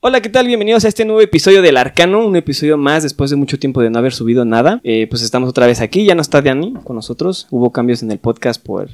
Hola, ¿qué tal? Bienvenidos a este nuevo episodio del Arcano, un episodio más después de mucho tiempo de no haber subido nada. Pues estamos otra vez aquí, ya no está Dani con nosotros, hubo cambios en el podcast por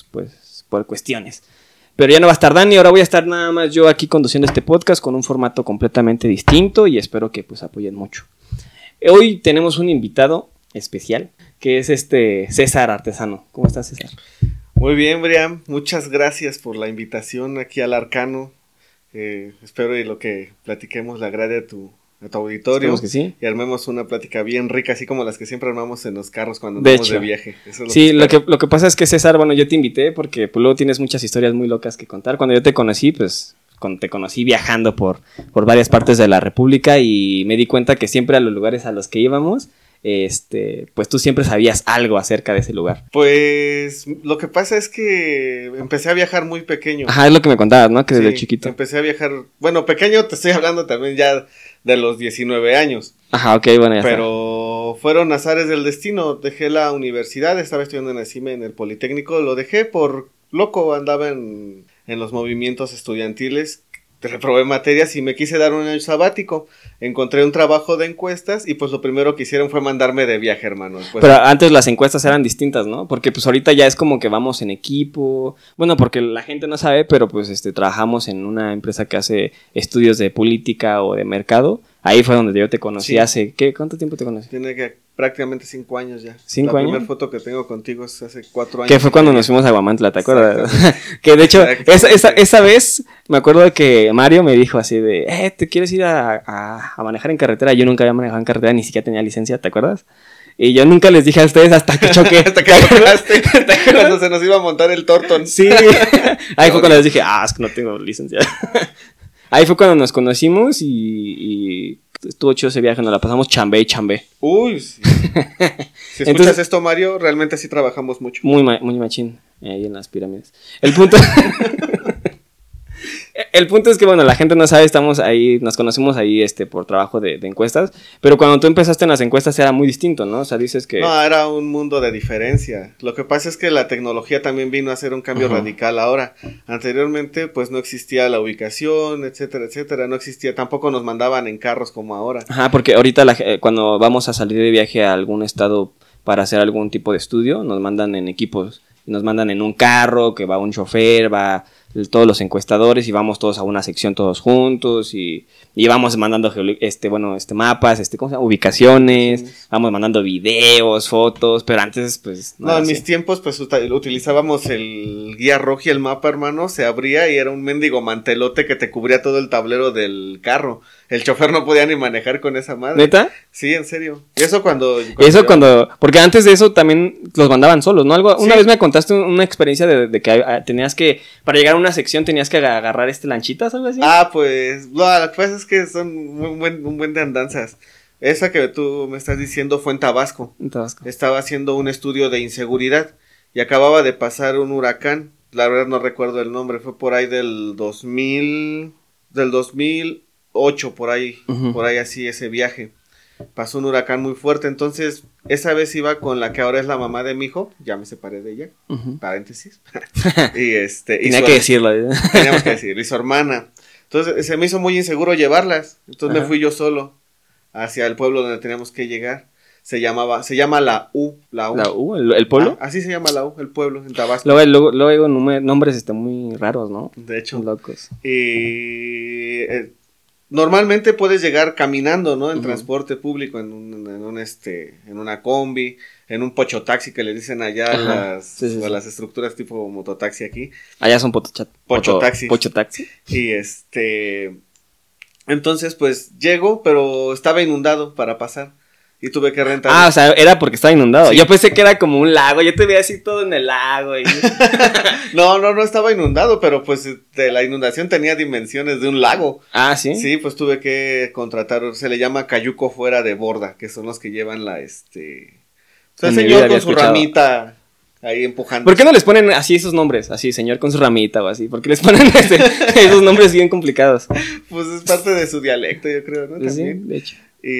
cuestiones. Pero ya no va a estar Dani, ahora voy a estar nada más yo aquí conduciendo este podcast con un formato completamente distinto y espero que pues apoyen mucho. Hoy tenemos un invitado especial que es César Artesano. ¿Cómo estás, César? Muy bien, Brian, muchas gracias por la invitación aquí al Arcano. Espero que lo que platiquemos le agrade a tu auditorio. Que sí. Y armemos una plática bien rica, así como las que siempre armamos en los carros cuando andamos de viaje. Eso es sí, lo que pasa es que César, bueno, yo te invité porque pues, luego tienes muchas historias muy locas que contar. Cuando yo te conocí, pues te conocí viajando por varias partes de la República y me di cuenta que siempre a los lugares a los que íbamos, pues tú siempre sabías algo acerca de ese lugar. Pues lo que pasa es que empecé a viajar muy pequeño. Ajá, es lo que me contabas, ¿no? Que desde chiquito. Empecé a viajar, bueno, pequeño te estoy hablando también ya de los 19 años. Ajá, ok, bueno, ya Pero fueron azares del destino, dejé la universidad, estaba estudiando en la CIME, en el Politécnico, lo dejé por loco, andaba en los movimientos estudiantiles. Reprobé materias y me quise dar un año sabático. Encontré un trabajo de encuestas y pues lo primero que hicieron fue mandarme de viaje, hermano. Pues, pero antes las encuestas eran distintas, ¿no? Porque pues ahorita ya es como que vamos en equipo. Bueno, porque la gente no sabe, pero pues trabajamos en una empresa que hace estudios de política o de mercado. Ahí fue donde yo te conocí hace... ¿Cuánto tiempo te conocí? Tiene que prácticamente 5 años ya. ¿5 años? La primera foto que tengo contigo es hace 4 años. Que fue cuando nos fuimos a Guamantla, ¿te acuerdas? Que de hecho, esa vez me acuerdo que Mario me dijo así de... ¿te quieres ir a manejar en carretera? Yo nunca había manejado en carretera, ni siquiera tenía licencia, ¿te acuerdas? Y yo nunca les dije a ustedes hasta que choqué. Hasta que chocaste. Cuando se nos iba a montar el Torton. Sí. Ahí fue cuando les dije, es que no tengo licencia. Ahí fue cuando nos conocimos y estuvo chido ese viaje, nos la pasamos chambé. Uy, sí. Si escuchas esto, Mario, realmente sí trabajamos mucho. Muy machín, ahí en las pirámides. El punto es que, bueno, la gente no sabe, estamos ahí, nos conocimos ahí por trabajo de encuestas, pero cuando tú empezaste en las encuestas era muy distinto, ¿no? O sea, dices que... No, era un mundo de diferencia. Lo que pasa es que la tecnología también vino a hacer un cambio radical ahora. Anteriormente, pues no existía la ubicación, etcétera, no existía, tampoco nos mandaban en carros como ahora. Ajá, porque ahorita cuando vamos a salir de viaje a algún estado para hacer algún tipo de estudio, nos mandan en equipos, nos mandan en un carro, que va un chofer, va todos los encuestadores y vamos todos a una sección todos juntos y vamos mandando mapas, ¿cómo se llama? Ubicaciones, vamos mandando videos, fotos, pero antes pues no, en mis tiempos pues utilizábamos el guía rojo y el mapa, hermano, se abría y era un mendigo mantelote que te cubría todo el tablero del carro. El chofer no podía ni manejar con esa madre. ¿Neta? Sí, en serio. Y eso cuando porque antes de eso también los mandaban solos, ¿no? Una vez me contaste una experiencia de que tenías que, para llegar a una sección tenías que agarrar lanchitas, algo así. Pues, no, lo que pasa es que son un buen de andanzas. Esa que tú me estás diciendo fue en Tabasco. Estaba haciendo un estudio de inseguridad y acababa de pasar un huracán. La verdad no recuerdo el nombre, fue por ahí del 2008, por ahí así ese viaje. Pasó un huracán muy fuerte, entonces esa vez iba con la que ahora es la mamá de mi hijo, ya me separé de ella, paréntesis. Tenía que decirlo. Teníamos que decirlo, y su hermana. Entonces se me hizo muy inseguro llevarlas, entonces me fui yo solo hacia el pueblo donde teníamos que llegar. Se llama La U. ¿La U? ¿El pueblo? Así se llama La U, el pueblo, en Tabasco. Luego nombres muy raros, ¿no? De hecho. Locos. Y normalmente puedes llegar caminando, ¿no? En transporte público, en una combi, en un pochotaxi que le dicen allá a las estructuras tipo mototaxi aquí. Allá son pochotaxis. Pochotaxi. Y entonces pues llego, pero estaba inundado para pasar. Y tuve que rentar. O sea, era porque estaba inundado. Sí. Yo pensé que era como un lago. Yo te veía así todo en el lago. No estaba inundado, pero pues la inundación tenía dimensiones de un lago. ¿Sí? Sí, pues tuve que contratar, se le llama cayuco fuera de borda, que son los que llevan el señor con su ramita ahí empujando. ¿Por qué no les ponen así esos nombres? Así, señor con su ramita o así. ¿Por qué les ponen esos nombres bien complicados? Pues es parte de su dialecto, yo creo, ¿no? Sí, de hecho.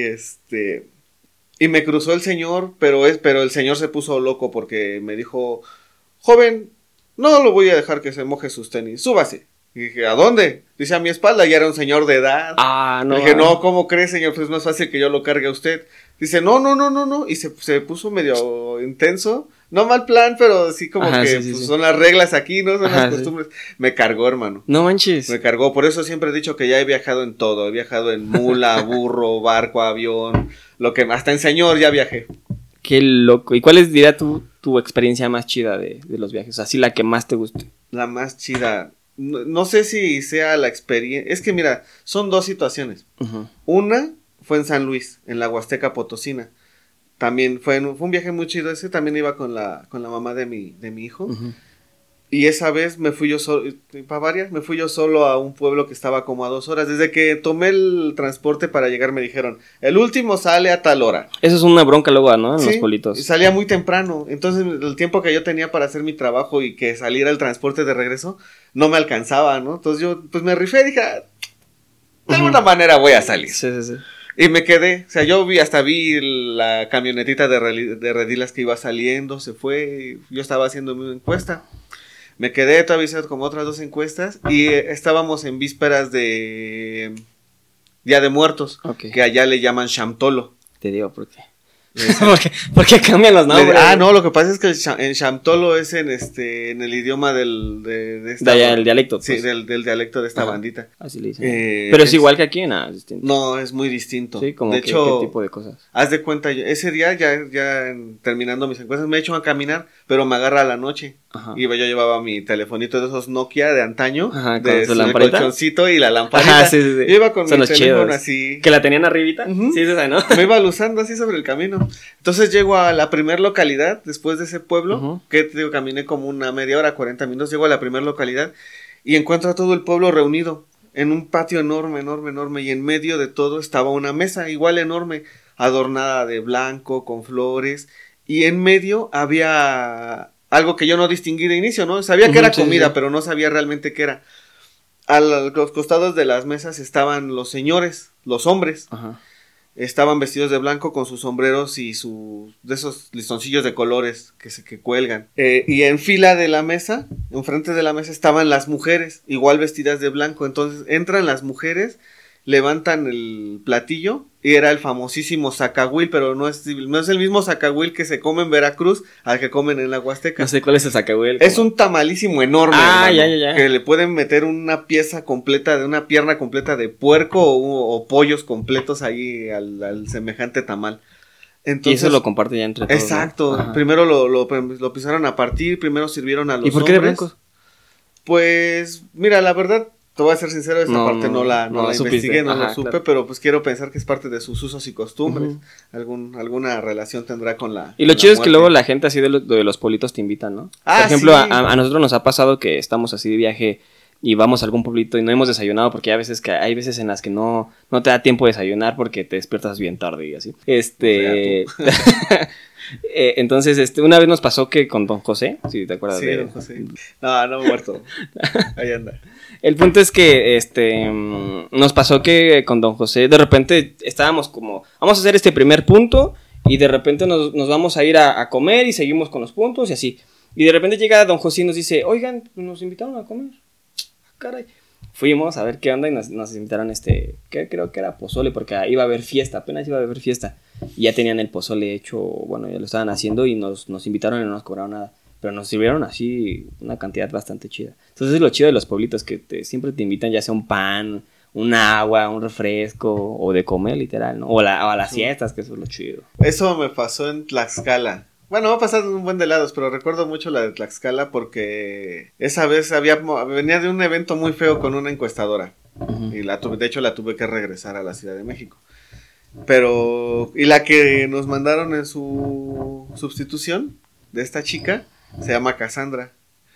Y me cruzó el señor, pero el señor se puso loco porque me dijo, joven, no lo voy a dejar que se moje sus tenis, súbase. Y dije, ¿a dónde? Dice, a mi espalda, y era un señor de edad. Ah, no. Le dije, no, ¿cómo cree, señor? Pues es más fácil que yo lo cargue a usted. Dice, no. Y se puso medio intenso. No mal plan, pero sí como que son las reglas aquí, ¿no? Son las costumbres. Sí. Me cargó, hermano. No manches. Me cargó. Por eso siempre he dicho que ya he viajado en todo. He viajado en mula, burro, barco, avión. Hasta en señor ya viajé. Qué loco. ¿Y cuál es, diría tu experiencia más chida de los viajes? Así la que más te guste. La más chida. No sé si sea la experiencia. Es que mira, son dos situaciones. Uh-huh. Una fue en San Luis, en la Huasteca Potosina. También fue un viaje muy chido. Ese también iba con la mamá de mi hijo. Uh-huh. Y esa vez me fui yo solo, para varias, me fui yo solo a un pueblo que estaba como a 2 horas. Desde que tomé el transporte para llegar me dijeron, el último sale a tal hora. Eso es una bronca luego, ¿no? En los pueblitos. Y salía muy temprano. Entonces el tiempo que yo tenía para hacer mi trabajo y que saliera el transporte de regreso, no me alcanzaba, ¿no? Entonces yo pues me rifé y dije, de alguna manera voy a salir. Sí. Y me quedé, o sea, yo vi la camionetita de Redilas que iba saliendo, se fue, yo estaba haciendo mi encuesta. Me quedé, todavía hice como otras 2 encuestas y estábamos en vísperas de Día de Muertos, que allá le llaman Xamtolo. Te digo por qué. ¿Por qué cambian los nombres? No, lo que pasa es que en Xamtolo es en el idioma de esta allá, el dialecto. Pues. Sí, del dialecto de esta bandita. Así le dicen. Pero es igual que aquí, ¿no? Es distinto. No, es muy distinto. Sí, como de hecho, ¿qué tipo de cosas? Haz de cuenta, ese día ya terminando mis encuestas me he hecho a caminar, pero me agarra la noche. Ajá. Y yo llevaba mi telefonito de esos Nokia de antaño. Ajá, de su el colchoncito y la lamparita. Ajá, sí. Yo iba con son mi teléfono chidos. Así. ¿Que la tenían arribita? Uh-huh. Sí, es esa, ¿no? Me iba luzando así sobre el camino. Entonces llego a la primer localidad, después de ese pueblo, uh-huh. Que te digo, caminé como una media hora, 40 minutos, llego a la primer localidad y encuentro a todo el pueblo reunido en un patio enorme, y en medio de todo estaba una mesa igual enorme, adornada de blanco, con flores, y en medio había algo que yo no distinguí de inicio, ¿no? Sabía que era comida, sí. Pero no sabía realmente qué era. A los costados de las mesas estaban los señores, los hombres. Ajá. Estaban vestidos de blanco con sus sombreros y de esos listoncillos de colores que cuelgan. Y en fila de la mesa, enfrente de la mesa estaban las mujeres, igual vestidas de blanco. Entonces entran las mujeres, levantan el platillo y era el famosísimo zacahuil, pero no es el mismo zacahuil que se come en Veracruz al que comen en la Huasteca. No sé cuál es el zacahuil. Es un tamalísimo enorme, hermano, ya. Que le pueden meter una pieza completa, una pierna completa de puerco o pollos completos ahí al semejante tamal. Entonces, y eso lo comparte ya entre todos. Exacto, ¿no? Primero lo pisaron a partir, primero sirvieron a los hombres. ¿Y por qué de blancos? Pues, mira, la verdad, te voy a ser sincero, esa parte no la investigué, no lo supe, claro. Pero pues quiero pensar que es parte de sus usos y costumbres. Uh-huh. Alguna relación tendrá con la. Y lo chido es que luego la gente así de los pueblitos te invitan, ¿no? Por ejemplo, sí. a nosotros nos ha pasado que estamos así de viaje y vamos a algún pueblito y no hemos desayunado porque hay veces en las que no te da tiempo de desayunar porque te despiertas bien tarde y así. Entonces, una vez nos pasó que con Don José, si te acuerdas de Don José. No muerto. Ahí anda. El punto es que nos pasó que con Don José de repente estábamos como, vamos a hacer este primer punto y de repente nos vamos a ir a comer y seguimos con los puntos y así. Y de repente llega Don José y nos dice, oigan, nos invitaron a comer. Caray. Fuimos a ver qué onda y nos invitaron que creo que era pozole porque iba a haber fiesta, apenas iba a haber fiesta. Y ya tenían el pozole hecho, bueno, ya lo estaban haciendo y nos invitaron y no nos cobraron nada. Pero nos sirvieron así una cantidad bastante chida. Entonces es lo chido de los pueblitos, que siempre te invitan ya sea un pan, un agua, un refresco, o de comer literal, ¿no? O a las fiestas, que eso es lo chido. Eso me pasó en Tlaxcala. Bueno, me ha pasado en un buen de lados, pero recuerdo mucho la de Tlaxcala porque esa vez venía de un evento muy feo con una encuestadora. Uh-huh. Y de hecho la tuve que regresar a la Ciudad de México. Y la que nos mandaron en su sustitución de esta chica se llama Cassandra.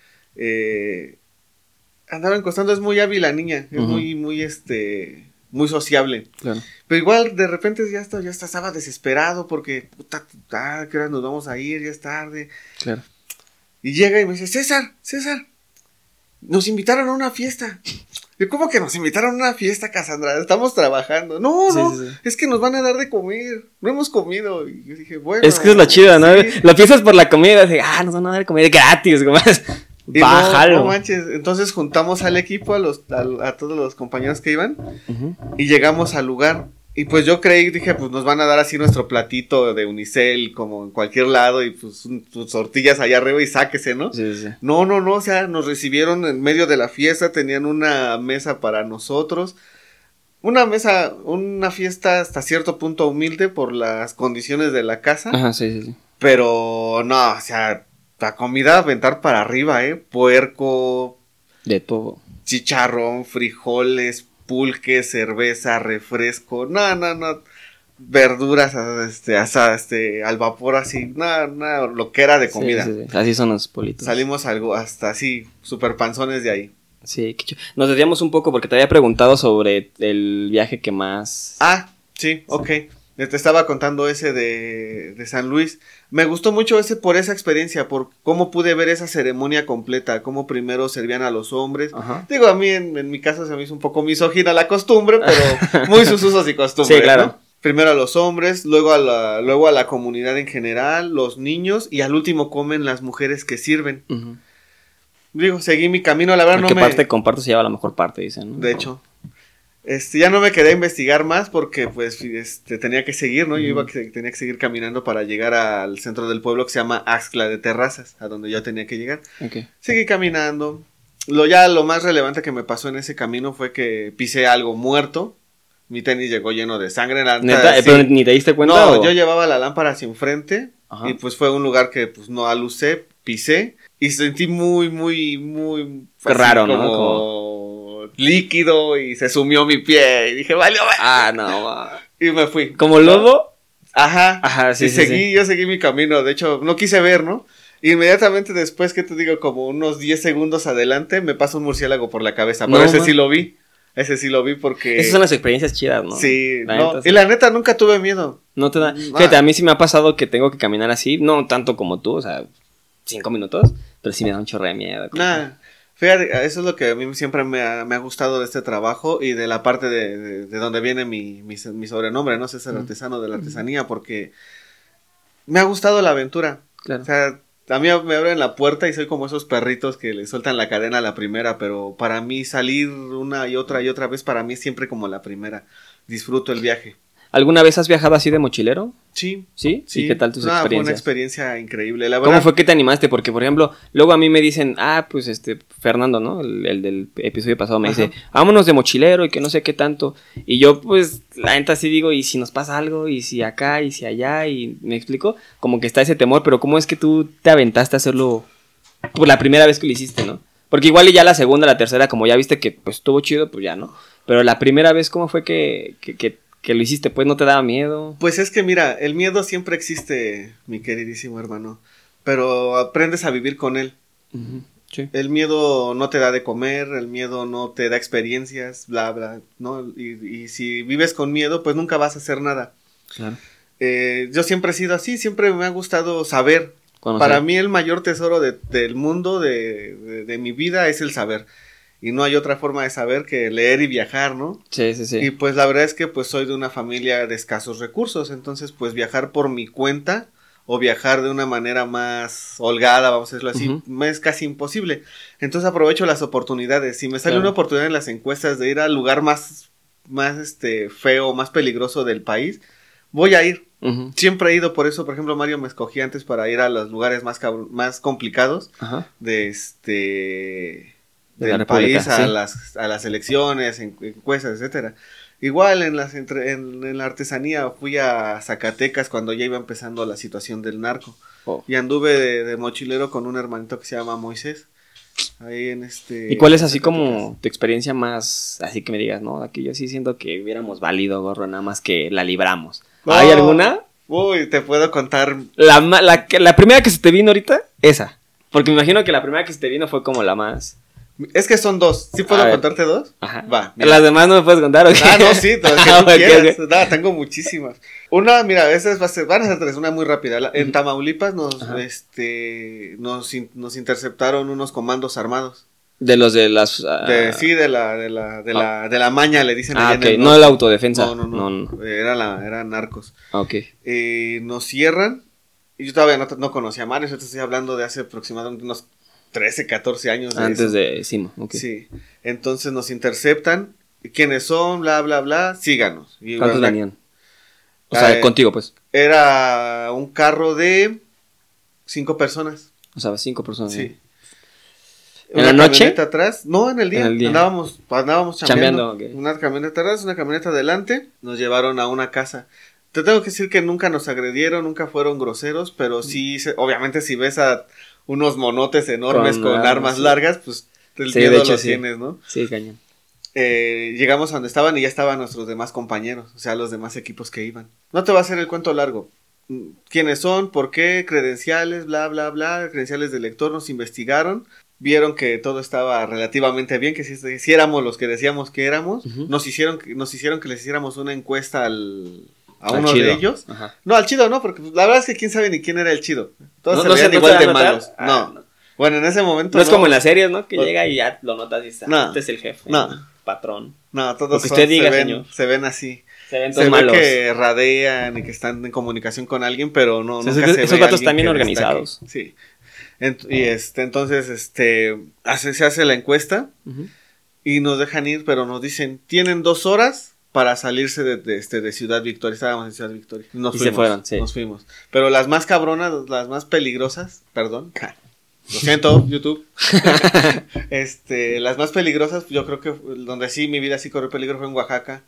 Andaba encostando, es muy hábil la niña, es uh-huh. muy sociable. Claro. Pero igual de repente ya estaba desesperado porque ¿qué hora nos vamos a ir? Ya es tarde. Claro. Y llega y me dice, César, nos invitaron a una fiesta. Yo, ¿cómo que nos invitaron a una fiesta, Cassandra? Estamos trabajando. No, sí. Es que nos van a dar de comer. No hemos comido. Y yo dije, bueno. Es que es lo chido, ¿no? Sí. Lo piensas por la comida. Nos van a dar comida gratis. Y Bájalo. no manches, entonces juntamos al equipo, a todos los compañeros que iban, y llegamos al lugar. Y pues yo dije, pues nos van a dar así nuestro platito de unicel, como en cualquier lado, y pues sus tortillas allá arriba y sáquese, ¿no? Sí, sí. No, o sea, nos recibieron en medio de la fiesta, tenían una mesa para nosotros. Una fiesta hasta cierto punto humilde por las condiciones de la casa. Ajá, sí. Pero no, o sea, la comida a aventar para arriba, puerco, De todo. chicharrón, frijoles, pulque, cerveza, refresco, no, verduras, al vapor así, no, lo que era de comida. Sí. Así son los politos. Salimos algo hasta así, super panzones de ahí. Sí, nos desviamos un poco porque te había preguntado sobre el viaje que más... Ah, sí, ok. Te estaba contando ese de San Luis. Me gustó mucho ese por esa experiencia, por cómo pude ver esa ceremonia completa, cómo primero servían a los hombres. Ajá. Digo, a mí en mi caso se me hizo un poco misógina la costumbre, pero muy sus usos y costumbres. Sí, claro. ¿no? Primero a los hombres, luego a la comunidad en general, los niños, y al último comen las mujeres que sirven. Uh-huh. Digo, seguí mi camino, la verdad ¿Qué parte comparto se lleva la mejor parte, dicen, ¿no? De hecho. Ya no me quedé a investigar más porque pues tenía que seguir, ¿no? Yo tenía que seguir caminando para llegar al centro del pueblo que se llama Axtla de Terrazas, a donde yo tenía que llegar. Okay. Seguí caminando. Lo más relevante que me pasó en ese camino fue que pisé algo muerto. Mi tenis llegó lleno de sangre. ¿Neta? Sí. ¿Pero ni te diste cuenta? No, ¿o? yo llevaba la lámpara hacia enfrente. Ajá. Y pues fue un lugar que pues no alucé, pisé. Y sentí muy Qué raro, como... ¿no? líquido y se sumió mi pie y dije, vale. Ah, no. Y me fui. ¿Como lodo? Ajá, sí, y sí. Yo seguí mi camino, de hecho, no quise ver, ¿no? Inmediatamente después, ¿qué te digo? Como unos 10 segundos adelante, me pasa un murciélago por la cabeza, pero ese sí lo vi porque... Esas son las experiencias chidas, ¿no? Sí, Neta, y la neta nunca tuve miedo. No te da... Fíjate, a mí sí me ha pasado que tengo que caminar así, no tanto como tú, o sea, 5 minutos, pero sí me da un chorro de miedo. Fíjate, eso es lo que a mí siempre me ha gustado de este trabajo y de la parte de donde viene mi sobrenombre, ¿no? César Artesano de la artesanía, porque me ha gustado la aventura. Claro. O sea, a mí me abren la puerta y soy como esos perritos que le sueltan la cadena a la primera, pero para mí salir una y otra vez, para mí es siempre como la primera. Disfruto el viaje. ¿Alguna vez has viajado así de mochilero? Sí. ¿Sí? ¿Y qué tal tus experiencias? Fue una experiencia increíble, la verdad. ¿Cómo fue que te animaste? Porque, por ejemplo, luego a mí me dicen, pues Fernando, ¿no? El del episodio pasado me dice, vámonos de mochilero y que no sé qué tanto. Y yo, pues, la neta sí digo, ¿y si nos pasa algo? ¿Y si acá? ¿Y si allá? Y me explico, como que está ese temor, pero ¿cómo es que tú te aventaste a hacerlo por la primera vez que lo hiciste, ¿no? Porque igual y ya la segunda, la tercera, como ya viste que pues estuvo chido, pues ya, ¿no? Pero la primera vez, ¿cómo fue que lo hiciste? Pues, ¿no te daba miedo? Pues es que mira, el miedo siempre existe, mi queridísimo hermano, pero aprendes a vivir con él. Uh-huh. Sí. El miedo no te da de comer, el miedo no te da experiencias, bla, bla, ¿no? Y si vives con miedo, pues nunca vas a hacer nada. Claro. Yo siempre he sido así, siempre me ha gustado saber. Conocer. Para mí el mayor tesoro del mundo, de mi vida, es el saber. Y no hay otra forma de saber que leer y viajar, ¿no? Sí. Y pues la verdad es que pues soy de una familia de escasos recursos, entonces pues viajar por mi cuenta o viajar de una manera más holgada, vamos a decirlo así, es casi imposible. Entonces aprovecho las oportunidades. Si me sale una oportunidad en las encuestas de ir al lugar más feo, más peligroso del país, voy a ir. Uh-huh. Siempre he ido, por eso, por ejemplo, Mario me escogí antes para ir a los lugares más complicados del país, ¿sí? a las elecciones, encuestas, etcétera. Igual en la artesanía fui a Zacatecas cuando ya iba empezando la situación del narco. Y anduve de mochilero con un hermanito que se llama Moisés. Ahí en ¿Y cuál es así como tu experiencia más, así que me digas, no? Aquí yo sí siento que hubiéramos gorro, nada más que la libramos. ¿Hay alguna? Uy, te puedo contar. La primera que se te vino ahorita, esa. Porque me imagino que la primera que se te vino fue como la más... Es que son 2. ¿Sí puedo contarte 2? Ajá. Va. Mira. ¿Las demás no me puedes contar o qué? No, sí, todo lo que tú quieras. Okay. No, tengo muchísimas. Una, mira, esas van a ser 3, una muy rápida. En Tamaulipas nos interceptaron unos comandos armados. De los de las... Sí, de la maña, le dicen. Ah, ok, no de la autodefensa. No. Eran narcos. Ok. Nos cierran. Y yo todavía no conocía a Mario, yo te estoy hablando de hace aproximadamente unos 13, 14 años. Antes de Simo, okay. Sí, entonces nos interceptan, ¿quiénes son? Bla, bla, bla, síganos. Y, ¿cuántos venían? O sea, contigo, pues. Era un carro de 5 personas. O sea, 5 personas. Sí. ¿En la noche? Atrás. No, en el día. Andábamos chambeando. Okay. Una camioneta atrás, una camioneta adelante. Nos llevaron a una casa. Te tengo que decir que nunca nos agredieron, nunca fueron groseros, pero sí, obviamente si ves a unos monotes enormes con armas largas, pues el miedo lo tienes, ¿no? Sí, cañón. Llegamos a donde estaban y ya estaban nuestros demás compañeros, o sea, los demás equipos que iban. No te va a hacer el cuento largo. ¿Quiénes son? ¿Por qué? Credenciales, bla, bla, bla, credenciales de lector, nos investigaron. Vieron que todo estaba relativamente bien, que si éramos los que decíamos que éramos. Nos hicieron que les hiciéramos una encuesta a uno chido de ellos. Ajá. No, al chido no, porque la verdad es que quién sabe ni quién era el chido. Todos se veían igual de malos. No. Bueno, en ese momento no es como en las series, ¿no? Que llega y ya lo notas y está. No. Este es el jefe. No. Patrón. No, todos se ven así. Se ven todos malos. Ve que radean y que están en comunicación con alguien, pero no. Nunca se esos vatos están bien organizados. Sí. Y entonces se hace la encuesta y nos dejan ir, pero nos dicen, tienen 2 horas para salirse de Ciudad Victoria. Estábamos en Ciudad Victoria. Se fueron, sí. Nos fuimos. Pero las más cabronas, las más peligrosas, perdón, lo siento, YouTube. Las más peligrosas, yo creo que donde sí mi vida sí corrió peligro fue en Oaxaca.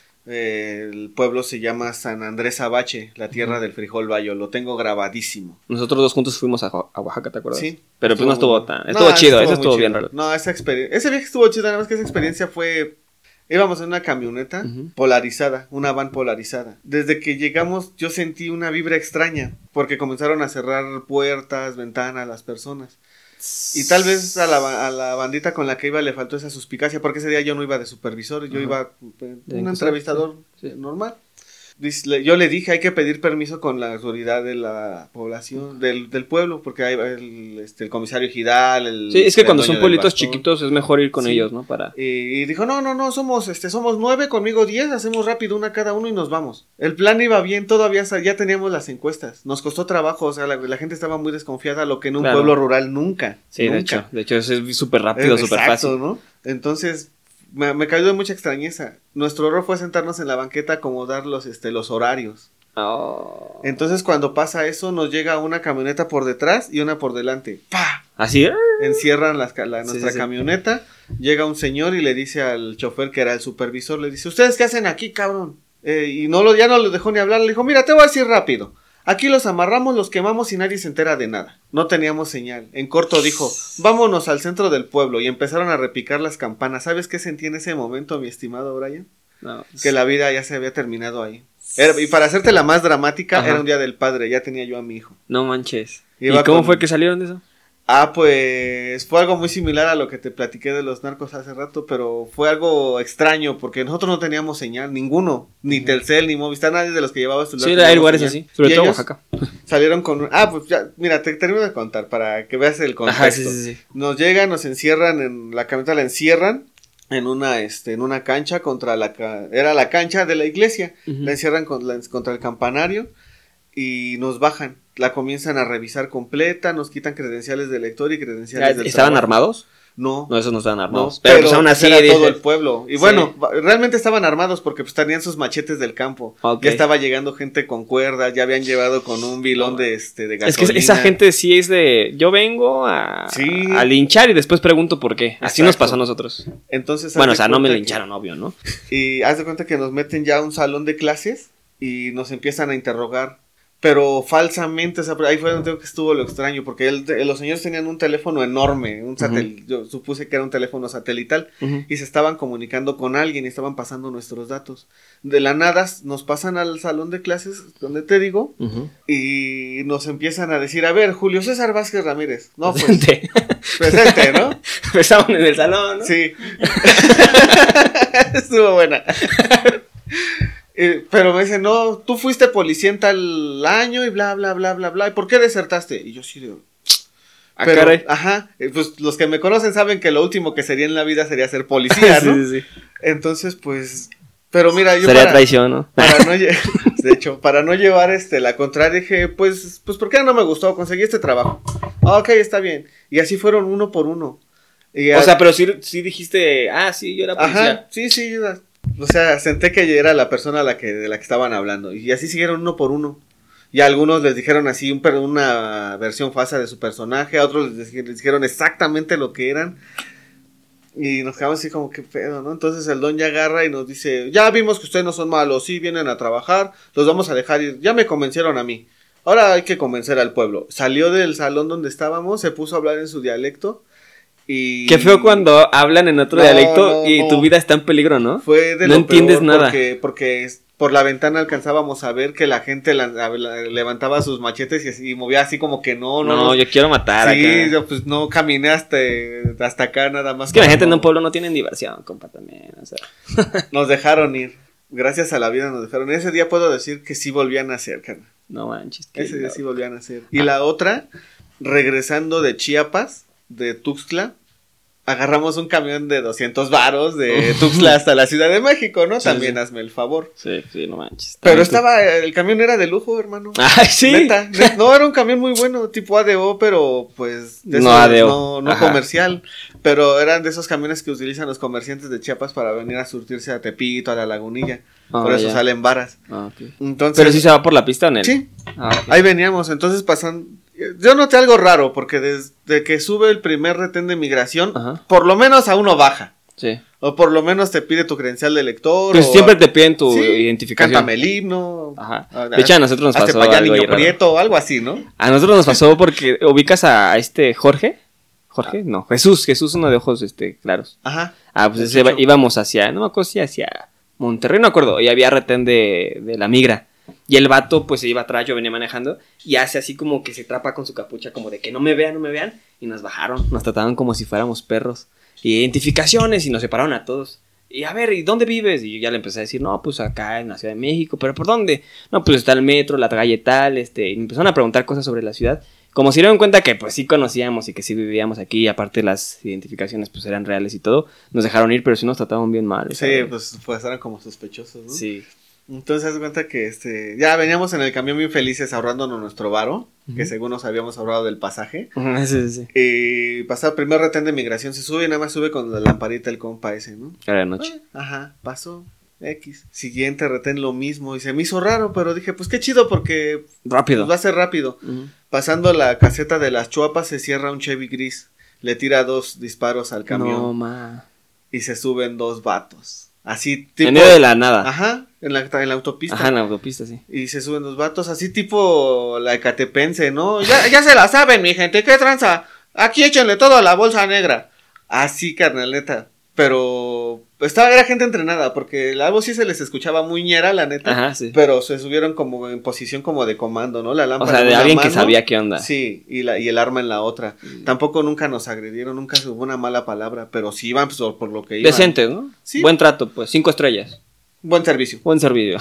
El pueblo se llama San Andrés Abache, la tierra del frijol bayo, lo tengo grabadísimo. Nosotros 2 juntos fuimos a Oaxaca, ¿te acuerdas? Sí. Pero pues no estuvo tan... Estuvo chido, eso estuvo bien raro. No, ese viaje estuvo chido, nada más que esa experiencia fue... Íbamos en una camioneta polarizada, una van polarizada. Desde que llegamos yo sentí una vibra extraña, porque comenzaron a cerrar puertas, ventanas, las personas. Y tal vez a la bandita con la que iba le faltó esa suspicacia, porque ese día yo no iba de supervisor, yo iba un entrevistador normal. Yo le dije, hay que pedir permiso con la autoridad de la población, del pueblo, porque hay el comisario Gidal, sí, es que cuando son pueblitos chiquitos es mejor ir con ellos, ¿no? Para... Y dijo, no, somos 9, conmigo 10, hacemos rápido una cada uno y nos vamos. El plan iba bien, todavía ya teníamos las encuestas, nos costó trabajo, o sea, la gente estaba muy desconfiada, lo que en un pueblo rural nunca. Sí, nunca. De hecho es súper rápido, súper fácil. ¿No? Entonces... Me cayó de mucha extrañeza. Nuestro error fue sentarnos en la banqueta, acomodar los horarios. Oh. Entonces cuando pasa eso, nos llega una camioneta por detrás y una por delante. ¡Pah! ¿Así? Encierran nuestra camioneta. Llega un señor y le dice al chofer, que era el supervisor, le dice, ¿ustedes qué hacen aquí, cabrón? Y ya no lo dejó ni hablar. Le dijo, mira, te voy a decir rápido. Aquí los amarramos, los quemamos y nadie se entera de nada. No teníamos señal. En corto dijo, vámonos al centro del pueblo. Y empezaron a repicar las campanas. ¿Sabes qué sentí en ese momento, mi estimado Brian? No. Que la vida ya se había terminado ahí. Y para hacerte la más dramática, era un día del padre. Ya tenía yo a mi hijo. No manches. ¿Y cómo fue que salieron de eso? Pues fue algo muy similar a lo que te platiqué de los narcos hace rato, pero fue algo extraño porque nosotros no teníamos señal, ninguno, ni Telcel, ni Movistar, nadie de los que llevaba celular. Sí, hay lugares así, sobre todo Oaxaca. Salieron con... pues ya, mira, te termino de contar para que veas el contexto. Ajá, sí. Nos llegan, nos encierran, en la camioneta la encierran en una cancha era la cancha de la iglesia, la encierran contra el campanario y nos bajan. La comienzan a revisar completa, nos quitan credenciales de lector y credenciales del ¿Estaban armados? No. No, esos no estaban armados. No, pero aún así era todo el pueblo. Y bueno, realmente estaban armados porque pues tenían sus machetes del campo. Okay. Ya estaba llegando gente con cuerdas, ya habían llevado con un bilón de gasolina. Es que esa gente sí es de, yo vengo a linchar y después pregunto por qué. Así nos pasó a nosotros. Entonces, bueno, o sea, no me lincharon, obvio, ¿no? Y haz de cuenta que nos meten ya a un salón de clases y nos empiezan a interrogar. Pero falsamente, o sea, ahí fue donde estuvo lo extraño, porque los señores tenían un teléfono enorme, un satélite, yo supuse que era un teléfono satelital, y se estaban comunicando con alguien y estaban pasando nuestros datos. De la nada nos pasan al salón de clases, donde te digo, y nos empiezan a decir, a ver, Julio César Vázquez Ramírez. No, pues, presente, ¿no? Estaban en el salón, ¿no? Sí. Estuvo buena. Pero me dicen, no, tú fuiste policía en tal año y bla, bla, bla, bla, bla. ¿Y por qué desertaste? Y yo sí digo... Pero, caray. Ajá, pues los que me conocen saben que lo último que sería en la vida sería ser policía, ¿no? Sí. Entonces, pues... Pero mira, yo sería traición, ¿no? De hecho, para no llevar la contraria, dije, pues, ¿por qué no me gustó? Conseguí este trabajo. Ok, está bien. Y así fueron uno por uno. O sea, pero sí dijiste, sí, yo era policía. Ajá, sí, o sea, senté que era la persona de la que estaban hablando. Y así siguieron uno por uno. Y a algunos les dijeron así una versión falsa de su personaje. A otros les dijeron exactamente lo que eran. Y nos quedamos así como, qué pedo, ¿no? Entonces el don ya agarra y nos dice, ya vimos que ustedes no son malos, sí, vienen a trabajar, los vamos a dejar ir. Ya me convencieron a mí. Ahora hay que convencer al pueblo. Salió del salón donde estábamos, se puso a hablar en su dialecto. Y... Qué feo cuando hablan en otro dialecto y tu vida está en peligro, ¿no? Fue de no lo entiendes peor nada. Porque por la ventana alcanzábamos a ver que la gente levantaba sus machetes y movía así como que no. Yo quiero matar sí, acá. yo pues no caminé hasta acá nada más. Es que la gente en un pueblo no tiene diversión, compa, también, o sea. Nos dejaron ir. Gracias a la vida nos dejaron. Ese día puedo decir que sí volvían a hacer, carnal. No manches. Ese día sí volvían a hacer. Y la otra, regresando de Chiapas, de Tuxtla, agarramos un camión de 200 varos de Tuxtla hasta la Ciudad de México, ¿no? Sí, También sí. hazme el favor. Sí, no manches. Pero el camión era de lujo, hermano. Ay, sí. Neta, no, era un camión muy bueno, tipo ADO, pero pues de no esos, ADO. no comercial. Pero eran de esos camiones que utilizan los comerciantes de Chiapas para venir a surtirse a Tepito, a la Lagunilla. Por eso salen varas. Okay. Entonces, ¿pero sí se va por la pista o en él? Sí. Okay. Ahí veníamos, entonces pasan. Yo noté algo raro, porque desde que sube el primer retén de migración, por lo menos a uno baja. Sí. O por lo menos te pide tu credencial de lector. Pues siempre te piden tu identificación. Cántame el himno. Ajá. De hecho, a nosotros nos pasó algo niño prieto o algo así, ¿no? A nosotros nos pasó porque ubicas a Jorge. ¿Jorge? No, Jesús, uno de ojos claros. Ajá. Pues íbamos hacia, no me acuerdo si hacia Monterrey, no me acuerdo, y había retén de la migra. Y el vato pues se iba atrás, yo venía manejando y hace así como que se trapa con su capucha como de que no me vean y nos bajaron, nos trataban como si fuéramos perros. Identificaciones y nos separaron a todos. Y a ver, ¿y dónde vives? Y yo ya le empecé a decir, no, pues acá en la Ciudad de México, ¿pero por dónde? No, pues está el metro, la calle tal, y me empezaron a preguntar cosas sobre la ciudad. Como se dieron cuenta que pues sí conocíamos y que sí vivíamos aquí, y aparte las identificaciones pues eran reales y todo, nos dejaron ir, pero sí nos trataban bien mal. Sí, pues eran como sospechosos, ¿no? Sí. Entonces, haz cuenta que ya veníamos en el camión bien felices ahorrándonos nuestro varo, que según nos habíamos ahorrado del pasaje. Sí. Y pasaba el primer retén de migración, se sube y nada más sube con la lamparita el compa ese, ¿no? Era de noche. Pasó. X. Siguiente retén lo mismo y se me hizo raro, pero dije, pues qué chido porque rápido. Pues, va a ser rápido. Pasando la caseta de las Chuapas se cierra un Chevy gris, le tira 2 disparos al camión. No, ma. Y se suben 2 vatos. Así tipo. En medio de la nada. Ajá, en la autopista. Ajá, en la autopista, sí. Y se suben 2 vatos, así tipo la ecatepense, ¿no? Ya se la saben, mi gente, ¿qué tranza? Aquí échenle todo a la bolsa negra. Así, carnaleta. Pero era gente entrenada, porque la voz sí se les escuchaba muy ñera, la neta. Ajá, sí. Pero se subieron como en posición como de comando, ¿no? La lámpara. O sea, de alguien que sabía qué onda. Sí, y el arma en la otra. Tampoco nunca nos agredieron, nunca se hubo una mala palabra, pero sí iban pues, por lo que iban. Decentes, ¿no? Sí. Buen trato, pues, 5 estrellas. Buen servicio. Buen servicio.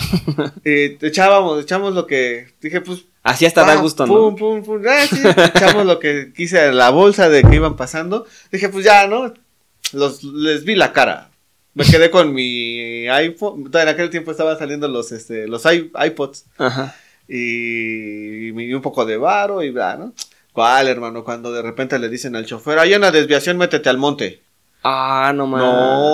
Echamos lo que, dije pues. Así hasta da gusto, ¿no? Pum. Sí, echamos lo que quise a la bolsa de que iban pasando. Dije pues ya, ¿no? Les vi la cara. Me quedé con mi iPhone. En aquel tiempo estaban saliendo los iPods. Ajá. Y un poco de varo y bla, ¿no? ¿Cuál, hermano? Cuando de repente le dicen al chofer, hay una desviación, métete al monte. No mames.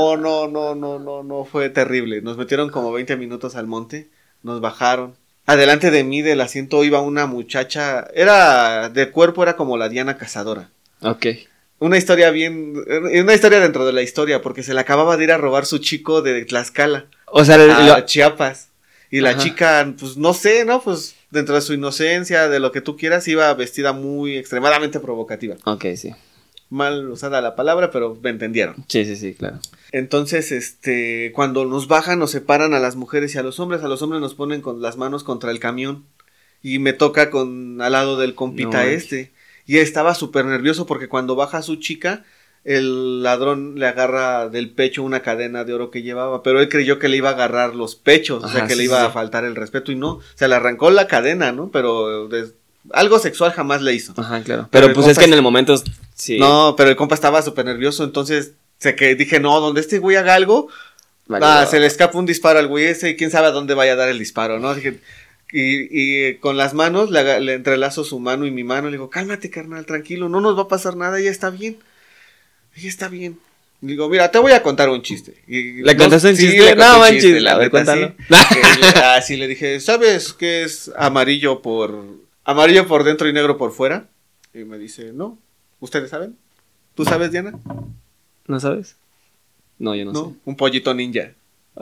No, fue terrible. Nos metieron como 20 minutos al monte. Nos bajaron. Adelante de mí del asiento iba una muchacha. De cuerpo era como la Diana Cazadora. Ok. Una historia dentro de la historia, porque se le acababa de ir a robar su chico de Tlaxcala. O sea, a Chiapas. Y la chica, pues no sé, ¿no? Pues dentro de su inocencia, de lo que tú quieras, iba vestida muy extremadamente provocativa. Ok, sí. Mal usada la palabra, pero me entendieron. Sí, claro. Entonces, cuando nos bajan, nos separan a las mujeres y a los hombres nos ponen con las manos contra el camión. Y me toca al lado del compita Y estaba súper nervioso porque cuando baja su chica, el ladrón le agarra del pecho una cadena de oro que llevaba, pero él creyó que le iba a agarrar los pechos, o sea, que le iba a faltar el respeto y no, se le arrancó la cadena, ¿no? Pero algo sexual jamás le hizo. Ajá, claro. Pero pues es que en el momento, sí. No, pero el compa estaba súper nervioso, entonces dije, no, donde este güey haga algo, se le escapa un disparo al güey ese y quién sabe a dónde vaya a dar el disparo, ¿no? Dije, Y con las manos le entrelazo su mano y mi mano. Le digo, cálmate, carnal, tranquilo, no nos va a pasar nada, ella está bien. Ella está bien. Digo, mira, te voy a contar un chiste. Y ¿Le contaste un chiste? le conté No, un manches, chiste, a ver, neta, cuéntalo. Así le dije, ¿sabes qué es amarillo por dentro y negro por fuera? Y me dice, no, ¿ustedes saben? ¿Tú sabes, Diana? ¿No sabes? No, yo no sé. Un pollito ninja.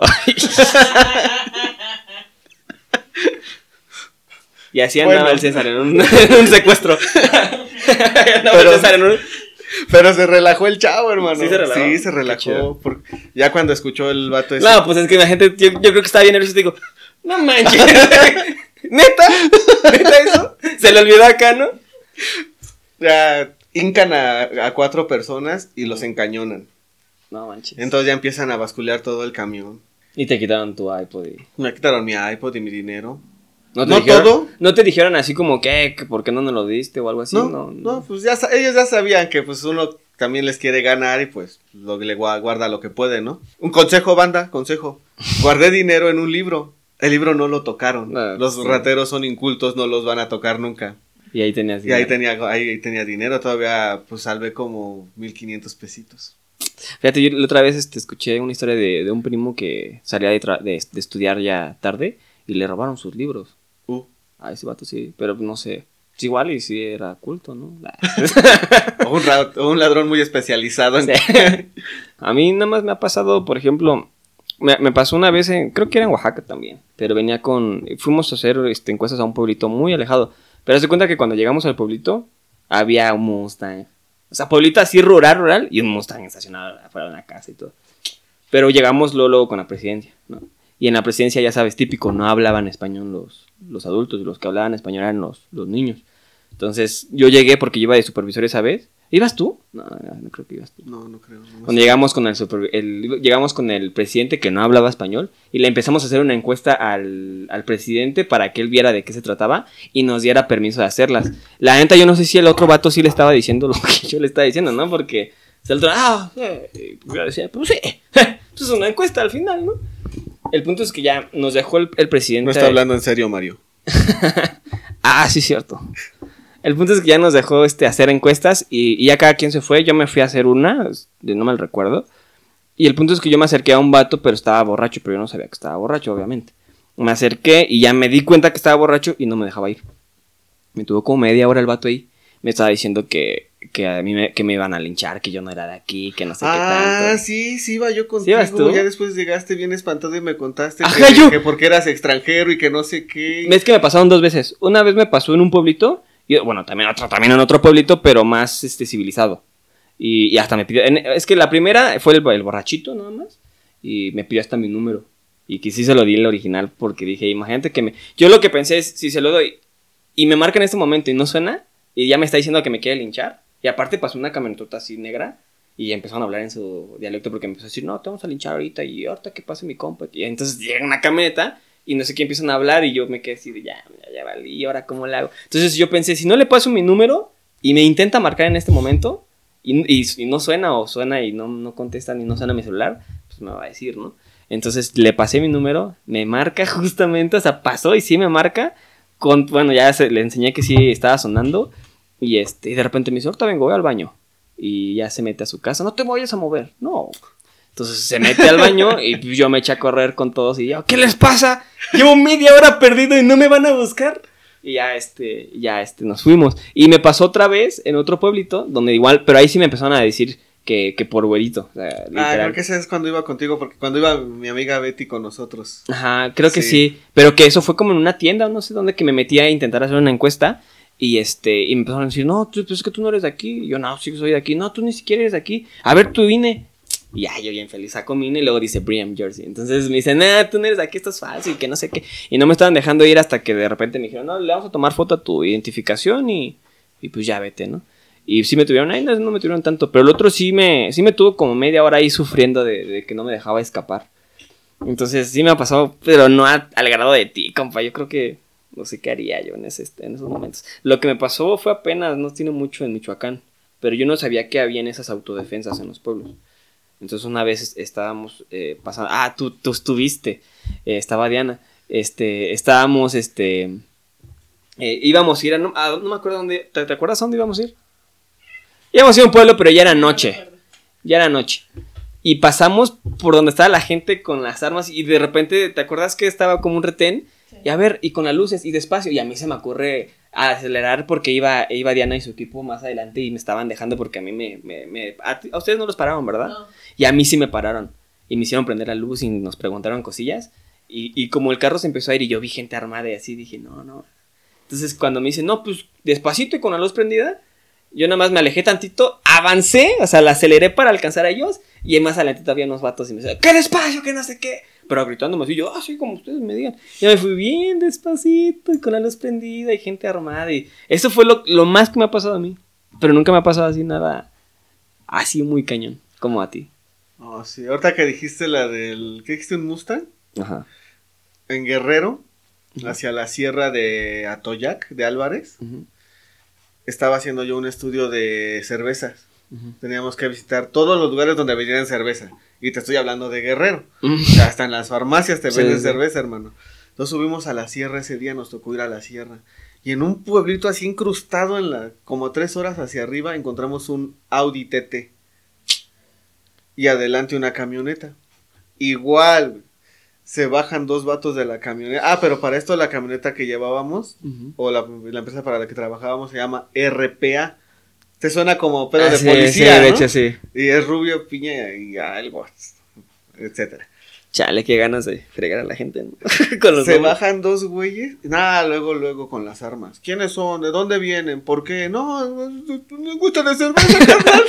Y así andaba el César en un secuestro. Pero se relajó el chavo, hermano. Sí, se relajó. Ya cuando escuchó el vato ese. No, pues es que la gente, yo creo que estaba bien nervioso y digo, no manches. ¿Neta eso? Se le olvidó acá, ¿no? Ya hincan a 4 personas y los encañonan. No manches. Entonces ya empiezan a basculear todo el camión. Y te quitaron tu iPod. Me quitaron mi iPod y mi dinero. ¿No dijeron, todo? ¿No te dijeron así como que por qué no nos lo diste o algo así? No, pues ellos ya sabían que pues uno también les quiere ganar y pues le guarda lo que puede, ¿no? Un consejo, banda, guardé dinero en un libro. El libro no lo tocaron. Los rateros son incultos, no los van a tocar nunca. Y ahí tenías dinero. Y ahí tenía dinero, todavía pues salvé como 1,500 pesitos. Fíjate, yo la otra vez escuché una historia de un primo que salía de estudiar ya tarde y le robaron sus libros. A ese vato sí, pero no sé. Es igual y sí era culto, ¿no? o un ladrón muy especializado. Sí. A mí nada más me ha pasado, por ejemplo, me pasó una vez, creo que era en Oaxaca también, pero fuimos a hacer encuestas a un pueblito muy alejado. Pero se cuenta que cuando llegamos al pueblito, había un Mustang. O sea, pueblito así rural, y un Mustang estacionado afuera de una casa y todo. Pero llegamos luego con la presidencia, ¿no? Y en la presidencia, ya sabes, típico, no hablaban español los adultos, y los que hablaban español eran los niños. Entonces, yo llegué porque yo iba de supervisor esa vez. ¿Ibas tú? No creo que ibas tú. No creo. No Cuando llegamos con el presidente que no hablaba español y le empezamos a hacer una encuesta al presidente para que él viera de qué se trataba y nos diera permiso de hacerlas. La neta, yo no sé si el otro vato sí le estaba diciendo lo que yo le estaba diciendo, ¿no? Porque el otro, yo decía, pues sí, pues es una encuesta al final, ¿no? El punto es que ya nos dejó el presidente. No está hablando en serio, Mario. Sí, cierto. El punto es que ya nos dejó hacer encuestas y ya cada quien se fue. Yo me fui a hacer una, no me recuerdo. Y el punto es que yo me acerqué a un vato, pero estaba borracho, pero yo no sabía que estaba borracho, obviamente. Me acerqué y ya me di cuenta que estaba borracho y no me dejaba ir. Me tuvo como media hora el vato ahí. Me estaba diciendo que a mí que me iban a linchar, que yo no era de aquí, que no sé qué tanto. Sí, iba yo contigo. ¿Sí, tú? Ya después llegaste bien espantado y me contaste que porque eras extranjero y que no sé qué. Es que me pasaron 2 veces. Una vez me pasó en un pueblito, y bueno, también en otro pueblito, pero más civilizado. Y hasta me pidió, es que la primera fue el borrachito nada más, y me pidió hasta mi número. Y que sí se lo di el original porque dije, imagínate yo lo que pensé es, si se lo doy y me marca en este momento y no suena, y ya me está diciendo que me quiere linchar. Y aparte pasó una camionetota así negra y empezaron a hablar en su dialecto porque me empezó a decir, no, te vamos a linchar ahorita y ahorita que pase mi compa. Y entonces llega una camioneta y no sé qué empiezan a hablar y yo me quedé así de ya valí, ¿y ahora cómo le hago? Entonces yo pensé, si no le paso mi número y me intenta marcar en este momento y no suena o suena y no contesta ni no suena mi celular, pues me va a decir, ¿no? Entonces le pasé mi número, me marca justamente, o sea, pasó y sí me marca. Bueno, ya le enseñé que sí estaba sonando. Y de repente me dice, ahorita vengo, voy al baño. Y ya se mete a su casa, no te vayas a mover, no. Entonces se mete al baño y yo me eché a correr con todos y yo, ¿qué les pasa? Llevo media hora perdido y no me van a buscar. Y ya nos fuimos. Y me pasó otra vez en otro pueblito, donde igual, pero ahí sí me empezaron a decir que por güerito. O sea, creo que ese es cuando iba contigo, porque cuando iba mi amiga Betty con nosotros. Ajá, creo que sí. Pero que eso fue como en una tienda, no sé dónde, que me metí a intentar hacer una encuesta. Y me empezaron a decir, no, pues es que tú no eres de aquí. Y yo, no, sí soy de aquí. No, tú ni siquiera eres de aquí. A ver, tu INE. Y ya, yo bien feliz saco mi INE y luego dice Brigham, Jersey. Entonces me dicen, tú no eres de aquí, esto es fácil, que no sé qué. Y no me estaban dejando ir hasta que de repente me dijeron, no, le vamos a tomar foto a tu identificación y pues ya vete, ¿no? Y sí me tuvieron ahí, no me tuvieron tanto. Pero el otro sí me tuvo como media hora ahí sufriendo de que no me dejaba escapar. Entonces sí me ha pasado, pero no al grado de ti, compa. Yo creo que no sé qué haría yo en esos momentos. Lo que me pasó fue apenas, no tiene mucho en Michoacán, pero yo no sabía que había en esas autodefensas en los pueblos. Entonces una vez estábamos pasando, tú estuviste, estaba Diana, estábamos, íbamos a ir no me acuerdo dónde, ¿te acuerdas a dónde íbamos a ir? Íbamos a ir a un pueblo, pero ya era noche. Ya era noche. Y pasamos por donde estaba la gente con las armas y de repente, ¿te acuerdas que estaba como un retén? Sí. Y a ver, y con las luces y despacio. Y a mí se me ocurre acelerar porque iba Diana y su equipo más adelante y me estaban dejando porque a mí a ustedes no los pararon, ¿verdad? No. Y a mí sí me pararon. Y me hicieron prender la luz y nos preguntaron cosillas. Y como el carro se empezó a ir y yo vi gente armada y así, dije, no. Entonces cuando me dicen, no, pues despacito y con la luz prendida, yo nada más me alejé tantito, avancé, o sea, la aceleré para alcanzar a ellos. Y más adelante había unos vatos y me decían, ¡qué despacio, que no sé qué! Pero gritándome así, yo, sí, como ustedes me digan. Y me fui bien despacito y con la luz prendida y gente armada. Y eso fue lo más que me ha pasado a mí. Pero nunca me ha pasado así nada, así muy cañón, como a ti. Oh, sí, ahorita que dijiste la del, ¿qué dijiste? ¿Un Mustang? Ajá. En Guerrero, hacia la sierra de Atoyac, de Álvarez, estaba haciendo yo un estudio de cervezas. Teníamos que visitar todos los lugares donde vendían cerveza. Y te estoy hablando de Guerrero. O sea, hasta en las farmacias te venden cerveza, hermano. Entonces subimos a la sierra ese día, nos tocó ir a la sierra. Y en un pueblito así incrustado como 3 horas hacia arriba, encontramos un Audi TT. Y adelante una camioneta. Igual, se bajan 2 vatos de la camioneta. Pero para esto la camioneta que llevábamos, o la empresa para la que trabajábamos, se llama RPA. Te suena como pedo de policía, sí, de ¿no? hecho, sí. Y es rubio, piña y algo, etcétera. Chale, qué ganas de fregar a la gente, ¿no? Con los Se bajan 2 güeyes, luego con las armas. ¿Quiénes son? ¿De dónde vienen? ¿Por qué? No, nos gusta la cerveza, carnal.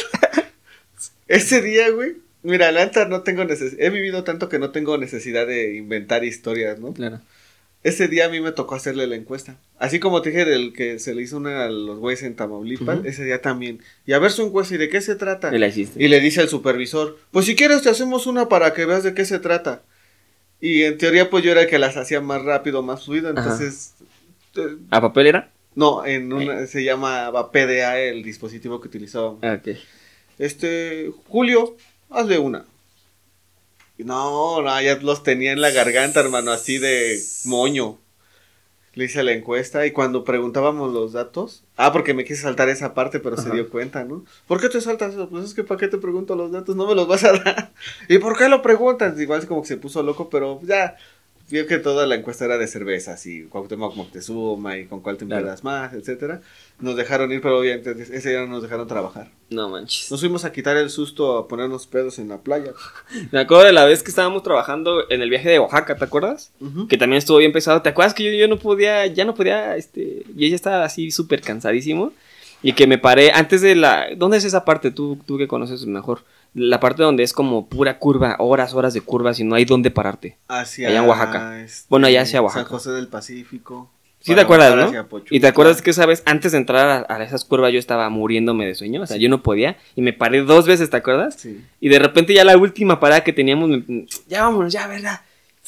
Ese día, güey, mira, la neta no tengo necesidad, he vivido tanto que no tengo necesidad de inventar historias, ¿no? Claro. Ese día a mí me tocó hacerle la encuesta. Así como te dije del que se le hizo una a los güeyes en Tamaulipas, ese día también. Y a ver su encuesta, ¿y de qué se trata? Y la hiciste. Y le dice al supervisor, pues si quieres te hacemos una para que veas de qué se trata. Y en teoría pues yo era el que las hacía más rápido, más fluido, entonces... ¿A papel era? No, se llamaba PDA el dispositivo que utilizábamos. Ok. Julio, hazle una. No, ya los tenía en la garganta, hermano, así de moño. Le hice la encuesta y cuando preguntábamos los datos... porque me quise saltar esa parte, pero se dio cuenta, ¿no? ¿Por qué te saltas eso? Pues es que ¿para qué te pregunto los datos? No me los vas a dar. ¿Y por qué lo preguntas? Igual como que se puso loco, pero ya... Vio que toda la encuesta era de cervezas y Cuauhtémoc Moctezuma y con cuál te empedas más, etcétera. Nos dejaron ir, pero obviamente ese día no nos dejaron trabajar. No manches. Nos fuimos a quitar el susto a ponernos pedos en la playa. Me acuerdo de la vez que estábamos trabajando en el viaje de Oaxaca, ¿te acuerdas? Que también estuvo bien pesado. ¿Te acuerdas que yo no podía, yo ya estaba así súper cansadísimo? Y que me paré antes de ¿dónde es esa parte? Tú que conoces mejor. La parte donde es como pura curva, horas de curvas y no hay dónde pararte. Allá en Oaxaca. Bueno, allá hacia Oaxaca. San José del Pacífico. Sí, te acuerdas, ¿no? Y te acuerdas que esa vez, antes de entrar a esas curvas, yo estaba muriéndome de sueño. O sea, yo no podía. Y me paré 2 veces, ¿te acuerdas? Sí. Y de repente ya la última parada que teníamos, ya vámonos, ya, ¿verdad?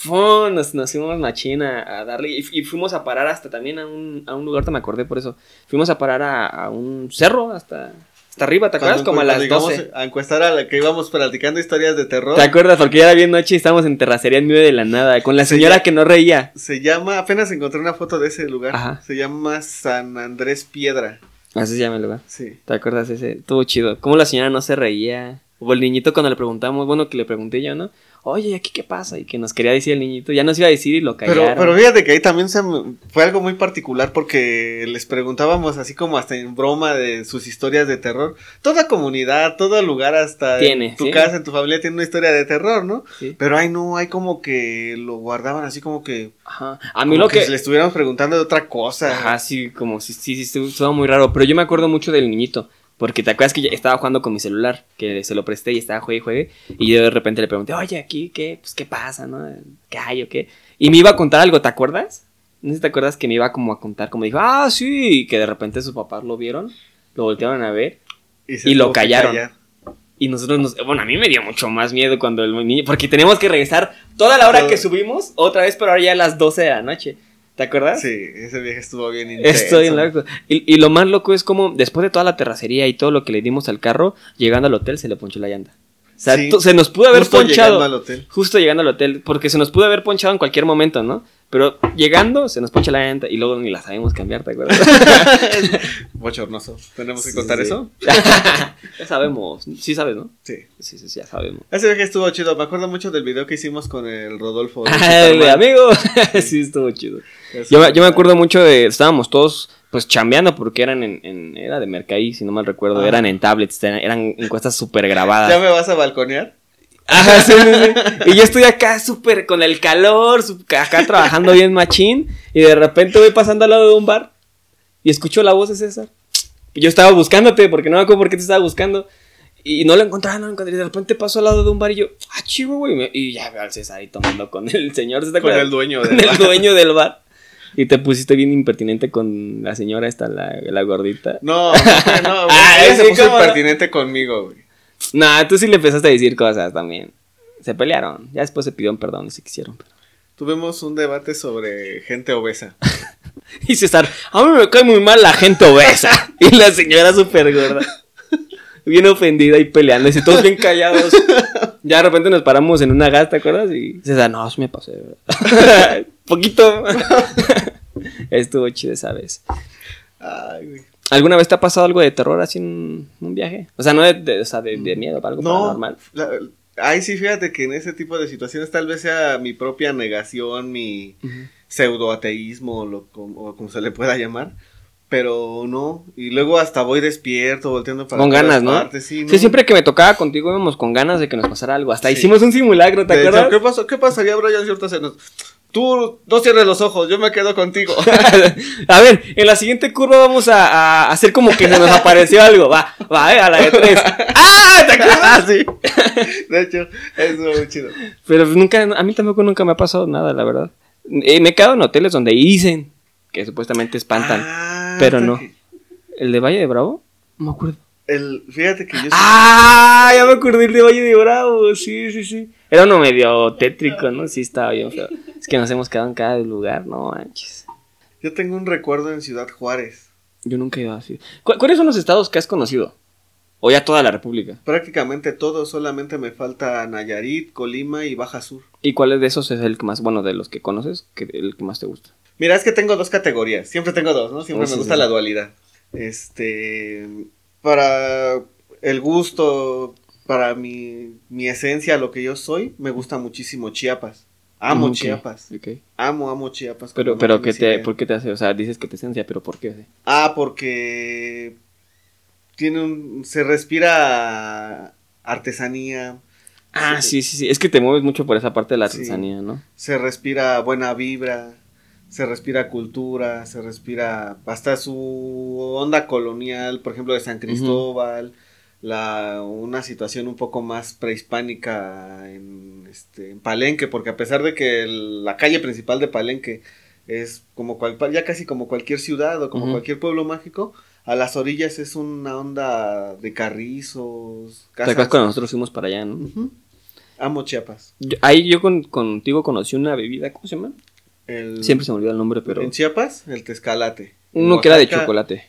Nos fuimos machina a darle. Y fuimos a parar hasta también a un lugar, te me acordé por eso. Fuimos a parar a un cerro hasta arriba, ¿te acuerdas? Como a las 12. A encuestar a la que íbamos platicando historias de terror. ¿Te acuerdas? Porque ya era bien noche y estábamos en terracería en medio de la nada. Con la señora que no reía. Se llama, apenas encontré una foto de ese lugar. Ajá. Se llama San Andrés Piedra. Así se llama el lugar. Sí. ¿Te acuerdas ese? Estuvo chido. Cómo la señora no se reía. O el niñito cuando le preguntamos, bueno, que le pregunté yo, ¿no? Oye, ¿aquí qué pasa? Y que nos quería decir el niñito, ya nos iba a decir y lo callaron. Pero fíjate que ahí también fue algo muy particular porque les preguntábamos así como hasta en broma de sus historias de terror. Toda comunidad, todo lugar, hasta en tu casa, en tu familia tiene una historia de terror, ¿no? Sí. Pero ahí no, hay como que lo guardaban así como que... Ajá. A mí lo que... le estuviéramos preguntando de otra cosa. Ajá, sí, como sí, estuvo muy raro. Pero yo me acuerdo mucho del niñito. Porque te acuerdas que estaba jugando con mi celular, que se lo presté y estaba juegue. Y yo de repente le pregunté, oye, aquí, ¿qué pasa, no? ¿Qué hay o qué? Y me iba a contar algo, ¿te acuerdas? No sé si te acuerdas que me iba como a contar, como dijo, sí. Y que de repente sus papás lo vieron, lo voltearon a ver y lo callaron. Y nosotros, a mí me dio mucho más miedo cuando el niño, porque teníamos que regresar toda la hora que subimos, otra vez, pero ahora ya a las 12 de la noche. ¿Te acuerdas? Sí, ese viaje estuvo bien intenso. Estoy bien loco. Y lo más loco es como después de toda la terracería y todo lo que le dimos al carro, llegando al hotel se le ponchó la llanta. sea, Sí. se nos pudo haber Justo ponchado. llegando al hotel. Justo llegando al hotel. Porque se nos pudo haber ponchado en cualquier momento, ¿no? Pero llegando, se nos poncha la llanta y luego ni la sabemos cambiar, ¿te acuerdas? Bochornoso. ¿Tenemos que Sí, contar sí. eso? Ya sabemos. Sí sabes, ¿no? Sí. Sí, ya sabemos. Ese viaje estuvo chido. Me acuerdo mucho del video que hicimos con el Rodolfo. de Ay, Superman. amigo. Sí, estuvo chido. Eso. Yo me acuerdo mucho de... Estábamos todos pues chambeando porque eran era de Mercaí, si no mal recuerdo. Ah. Eran en tablets, eran encuestas súper grabadas. ¿Ya me vas a balconear? Ajá, sí, sí, sí. Y yo estoy acá súper con el calor, acá trabajando bien machín. Y de repente voy pasando al lado de un bar y escucho la voz de César. Y yo estaba buscándote, porque no me acuerdo por qué te estaba buscando. Y no lo encontraba, Y de repente paso al lado de un bar y yo, chivo, güey. Y ya veo al César ahí tomando con el señor. ¿Se te Con acuerdas? el dueño Con del el bar. dueño del bar. Y te pusiste bien impertinente con la señora esta, la gordita. No, Ah, ella sí, se puso ¿cómo no? impertinente conmigo, güey. Nah, tú sí le empezaste a decir cosas también. Se pelearon. Ya después se pidieron perdón y se quisieron. Pero... Tuvimos un debate sobre gente obesa. Y César, a mí me cae muy mal la gente obesa. Y la señora súper gorda. Bien ofendida y peleando. Y todos bien callados. Ya de repente nos paramos en una gas, ¿te acuerdas? Y César, no, sí me pasé, ¿verdad? Poquito. Estuvo chido esa vez. Ay, güey. ¿Alguna vez te ha pasado algo de terror así en un viaje? O sea, no de miedo, algo paranormal. Ay, sí, fíjate que en ese tipo de situaciones tal vez sea mi propia negación, mi pseudoateísmo, o como se le pueda llamar. Pero no, y luego hasta voy despierto, volteando para Con todas ganas, ¿no? partes, sí, Sí, siempre que me tocaba contigo íbamos con ganas de que nos pasara algo. Hasta Sí. hicimos un simulacro, ¿te De hecho, acuerdas? ¿qué pasaría, Brian, ciertas escenas? Tú no cierres los ojos, yo me quedo contigo. A ver, en la siguiente curva vamos a hacer como que se nos apareció algo. Va, a la de 3. ¡Ah! ¿Te acuerdas? Sí. De hecho, eso es muy chido. Pero nunca, a mí tampoco nunca me ha pasado nada, la verdad. Me he quedado en hoteles donde dicen que supuestamente espantan, pero no. ¿El de Valle de Bravo? No me acuerdo. Fíjate que yo ¡Ah! Ya me acordé el de Valle de Bravo. Sí. Era uno medio tétrico, ¿no? Sí, estaba bien feo. Es que nos hemos quedado en cada lugar, no manches. Yo tengo un recuerdo en Ciudad Juárez. Yo nunca he ido así. ¿Cuáles son los estados que has conocido? ¿O ya toda la república? Prácticamente todo, solamente me falta Nayarit, Colima y Baja Sur. ¿Y cuál de esos es el que más, bueno, de los que conoces, el que más te gusta? Mira, es que tengo dos categorías. Siempre tengo dos, ¿no? Siempre Oh, me sí, gusta sí. la dualidad. Para el gusto, para mi esencia, lo que yo soy, me gusta muchísimo Chiapas. Amo Ok, Chiapas. ok. Amo Chiapas. Pero como no ¿qué tienes idea. ¿por qué te hace? O sea, dices que te esencia, pero ¿por qué? Porque se respira artesanía. Sí. Es que te mueves mucho por esa parte de la Sí. artesanía, ¿no? Se respira buena vibra, se respira cultura, se respira hasta su onda colonial, por ejemplo, de San Cristóbal, una situación un poco más prehispánica en Palenque, porque a pesar de que la calle principal de Palenque es como ya casi como cualquier ciudad o como cualquier pueblo mágico, a las orillas es una onda de carrizos, ¿Te acuerdas cuando nosotros fuimos para allá, no? Ujú. Amo Chiapas. Ahí yo contigo conocí una bebida, ¿cómo se llama? Siempre se me olvida el nombre, pero... En Chiapas, el tezcalate. Uno En que era de Oaxaca, chocolate.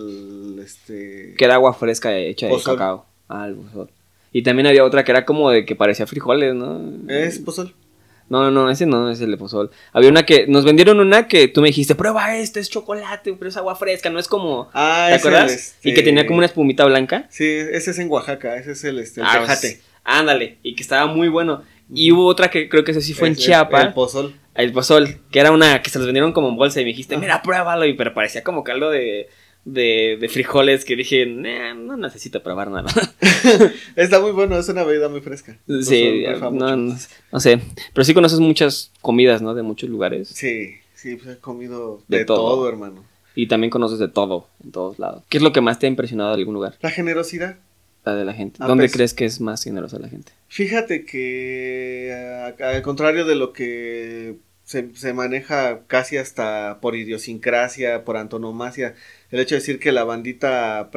Que Que era agua fresca hecha de Pozol. cacao. El pozol. Y también había otra que era como de que parecía frijoles, ¿no? es pozol. No, ese no es el de pozol. Había una que, nos vendieron una que tú me dijiste, prueba esto, es chocolate, pero es agua fresca, no es como... ¿Te acuerdas? Y que tenía como una espumita blanca. Sí, ese es en Oaxaca, ese es el Ah, tejate. pues, ándale, y que estaba muy bueno. Y hubo otra que creo que esa sí fue en Es Chiapas. El pozol. El pozol, que era una que se los vendieron como en bolsa y me dijiste, mira, pruébalo, pero parecía como caldo de frijoles que dije, no necesito probar nada. Está muy bueno, es una bebida muy fresca. Sí, no sé, pero sí conoces muchas comidas, ¿no? De muchos lugares. Sí, pues he comido De de todo. todo, hermano. Y también conoces de todo, en todos lados. ¿Qué es lo que más te ha impresionado de algún lugar? La generosidad. La de la gente. Ah, ¿Dónde pues, crees que es más generosa la gente? Fíjate que al contrario de lo que se maneja casi hasta por idiosincrasia, por antonomasia, el hecho de decir que la bandita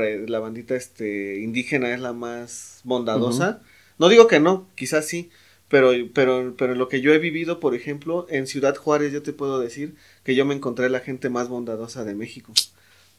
indígena es la más bondadosa, no digo que no, quizás sí, pero lo que yo he vivido, por ejemplo, en Ciudad Juárez yo te puedo decir que yo me encontré la gente más bondadosa de México.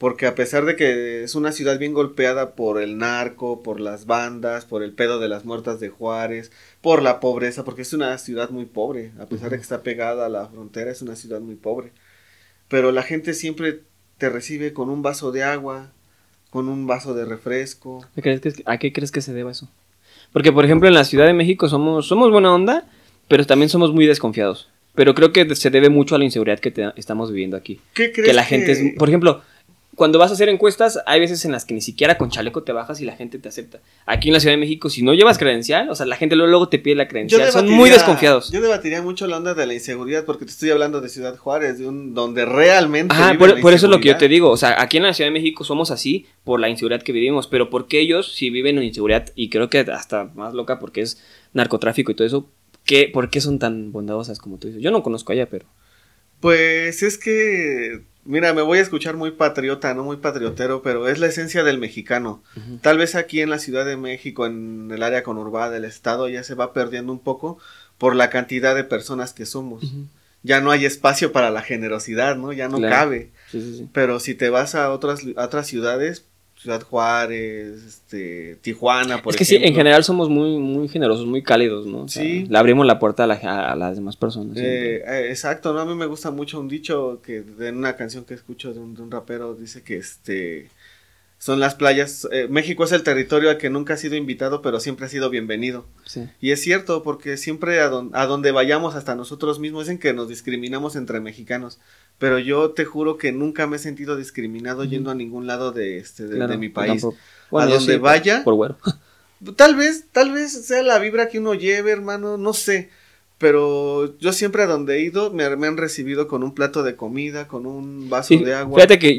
porque a pesar de que es una ciudad bien golpeada por el narco, por las bandas, por el pedo de las muertas de Juárez, por la pobreza, porque es una ciudad muy pobre, a pesar de que está pegada a la frontera, es una ciudad muy pobre, pero la gente siempre te recibe con un vaso de agua, con un vaso de refresco. ¿A qué crees que se deba eso? Porque, por ejemplo, en la Ciudad de México somos buena onda, pero también somos muy desconfiados. Pero creo que se debe mucho a la inseguridad que estamos viviendo aquí. ¿Qué crees que la gente es, por ejemplo, cuando vas a hacer encuestas, hay veces en las que ni siquiera con chaleco te bajas y la gente te acepta. Aquí en la Ciudad de México, si no llevas credencial, o sea, la gente luego te pide la credencial. Son muy desconfiados. Yo debatiría mucho la onda de la inseguridad, porque te estoy hablando de Ciudad Juárez, donde realmente por eso es lo que yo te digo. O sea, aquí en la Ciudad de México somos así por la inseguridad que vivimos, pero porque ellos, si viven en inseguridad, y creo que hasta más loca porque es narcotráfico y todo eso, ¿por qué son tan bondadosas como tú dices? Yo no conozco allá, pero... Pues es que, mira, me voy a escuchar muy patriota, no muy patriotero, pero es la esencia del mexicano. Uh-huh. Tal vez aquí en la Ciudad de México, en el área conurbada del estado, ya se va perdiendo un poco por la cantidad de personas que somos. Uh-huh. Ya no hay espacio para la generosidad, ¿no? Ya no cabe. Sí. Pero si te vas a otras ciudades, Ciudad Juárez, Tijuana, por ejemplo. Es que sí, en general somos muy, muy generosos, muy cálidos, ¿no? O sea, sí. Le abrimos la puerta a las demás personas. Exacto, ¿no? A mí me gusta mucho un dicho que en una canción que escucho de un rapero, dice que son las playas, México es el territorio al que nunca ha sido invitado, pero siempre ha sido bienvenido. Sí. Y es cierto, porque siempre a donde vayamos, hasta nosotros mismos, dicen que nos discriminamos entre mexicanos. Pero yo te juro que nunca me he sentido discriminado yendo a ningún lado de mi país. Bueno, a donde vaya. Por güero. Tal vez sea la vibra que uno lleve, hermano, no sé. Pero yo siempre a donde he ido me han recibido con un plato de comida, con un vaso de agua. Fíjate que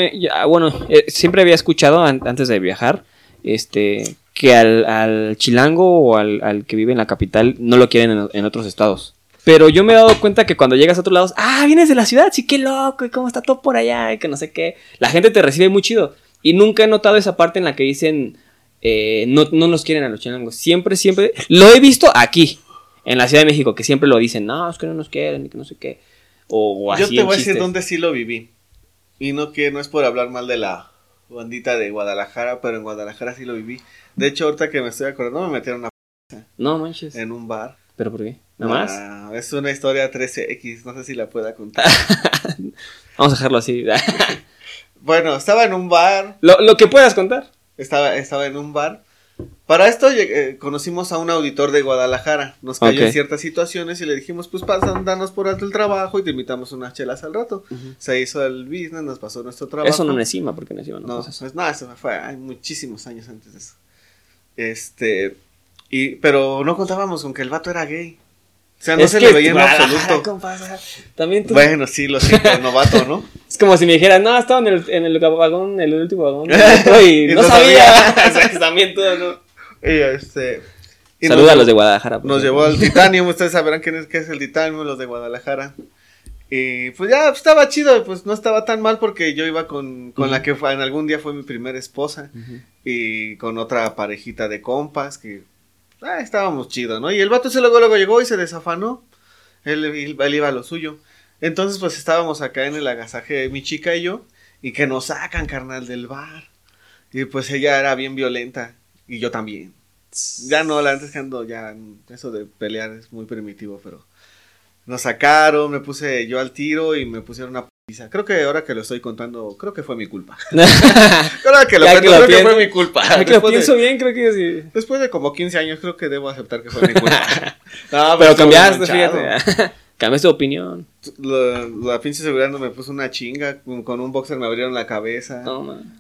siempre había escuchado antes de viajar, que al chilango o al que vive en la capital no lo quieren en otros estados. Pero yo me he dado cuenta que cuando llegas a otros lados, vienes de la ciudad, sí, qué loco, y cómo está todo por allá, y que no sé qué. La gente te recibe muy chido. Y nunca he notado esa parte en la que dicen, no nos quieren a los chilangos. Siempre, lo he visto aquí, en la Ciudad de México, que siempre lo dicen, no, es que no nos quieren, y que no sé qué. O así. Yo te voy a decir dónde sí lo viví. Y no es por hablar mal de la bandita de Guadalajara, pero en Guadalajara sí lo viví. De hecho, ahorita que me estoy acordando, me metieron no manches. En un bar. ¿Pero por qué? ¿Nada más? Es una historia 13X, no sé si la pueda contar. Vamos a dejarlo así. Bueno, estaba en un bar. Lo que puedas contar. Estaba en un bar. Para esto conocimos a un auditor de Guadalajara. Nos cayó en ciertas situaciones y le dijimos, pues danos por alto el trabajo y te invitamos unas chelas al rato. Uh-huh. Se hizo el business, nos pasó nuestro trabajo. Eso no me encima, porque no encima no. Pues no, eso fue hay muchísimos años antes de eso. Pero no contábamos con que el vato era gay. O sea, no se le veía en absoluto. También tú. Bueno, sí, lo siento, novato, ¿no? Es como si me dijeran, no, estaba en el vagón, en el último vagón. Y no sabía. O sea, también tú, ¿no? Y saluda a los de Guadalajara. Nos llevó al Titanium, ustedes sabrán qué es el Titanium, los de Guadalajara. Y pues ya estaba chido, pues no estaba tan mal porque yo iba con la que en algún día fue mi primera esposa. Uh-huh. Y con otra parejita de compas que estábamos chidos, ¿no? Y el vato luego llegó y se desafanó. Él iba a lo suyo. Entonces pues estábamos acá en el agasaje mi chica y yo. Y que nos sacan, carnal, del bar. Y pues ella era bien violenta. Y yo también. Ya no, la antes que ando ya. Eso de pelear es muy primitivo, pero nos sacaron, me puse yo al tiro y me pusieron una pizza. Creo que ahora que lo estoy contando, creo que fue mi culpa. Ahora que lo cuento, creo que fue mi culpa. Ahora que lo pienso bien, creo que sí. Después de como 15 años, creo que debo aceptar que fue mi culpa. No, pero cambiaste, fíjate. Cambiaste de opinión. La pinche seguridad no me puso una chinga. Con un boxer me abrieron la cabeza. No, man.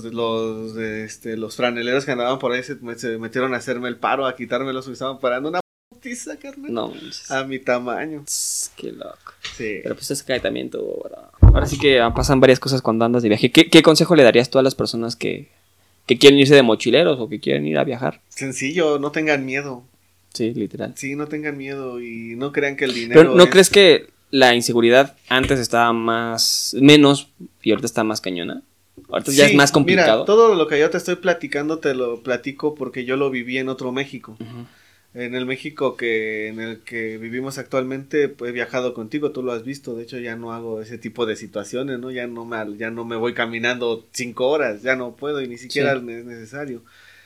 Los franeleros que andaban por ahí se metieron a hacerme el paro, a quitármelos y estaban parando una putiza, carnal. No, a mi tamaño. Qué loco. Sí. Pero pues es que también todo, ¿verdad? Ahora sí que pasan varias cosas cuando andas de viaje. ¿Qué consejo le darías tú a las personas que quieren irse de mochileros o que quieren ir a viajar? Sencillo, no tengan miedo. Sí, literal. Sí, no tengan miedo y no crean que el dinero. Pero ¿no crees que la inseguridad antes estaba menos y ahorita está más cañona? Ahorita ya es más complicado. Mira, todo lo que yo te estoy platicando te lo platico porque yo lo viví en otro México. Uh-huh. En el México en el que vivimos actualmente, pues, he viajado contigo, tú lo has visto, de hecho ya no hago ese tipo de situaciones, ¿no? Ya no me voy caminando 5 horas, ya no puedo y ni siquiera Sí. es necesario.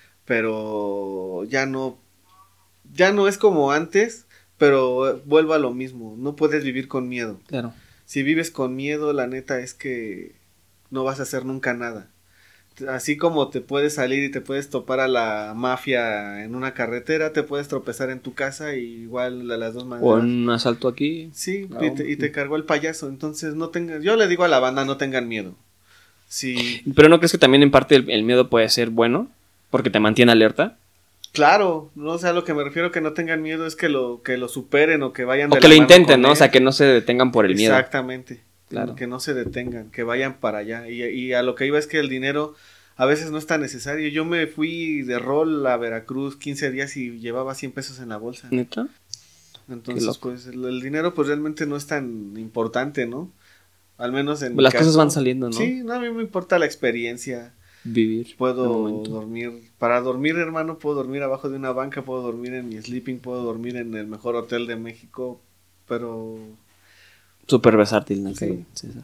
Pero ya no es como antes, pero vuelvo a lo mismo, no puedes vivir con miedo. Claro. Si vives con miedo, la neta es que no vas a hacer nunca nada. Así como te puedes salir y te puedes topar a la mafia en una carretera, te puedes tropezar en tu casa y igual de las dos O maneras. un asalto aquí. Sí, Ah, y te cargó el payaso, entonces no tengan, yo le digo a la banda, no tengan miedo. Sí, Pero ¿no crees que también en parte el miedo puede ser bueno? Porque te mantiene alerta. claro, no, o sea, lo que me refiero que no tengan miedo es que lo superen o que vayan O de que la lo mano intenten, con ¿no? O él. sea, que no se detengan por el miedo. Exactamente. Claro. Que no se detengan, que vayan para allá. Y a lo que iba es que el dinero a veces no es tan necesario. Yo me fui de rol a Veracruz 15 días y llevaba 100 pesos en la bolsa. ¿Neta? Entonces, pues el dinero pues realmente no es tan importante, ¿no? Al menos en mi Las caso. cosas van saliendo, ¿no? Sí, no, a mí me importa la experiencia. Vivir. Puedo el momento. dormir, para dormir, hermano, puedo dormir abajo de una banca, puedo dormir en mi sleeping, puedo dormir en el mejor hotel de México, pero... Súper versátil, ¿no? Sí. César.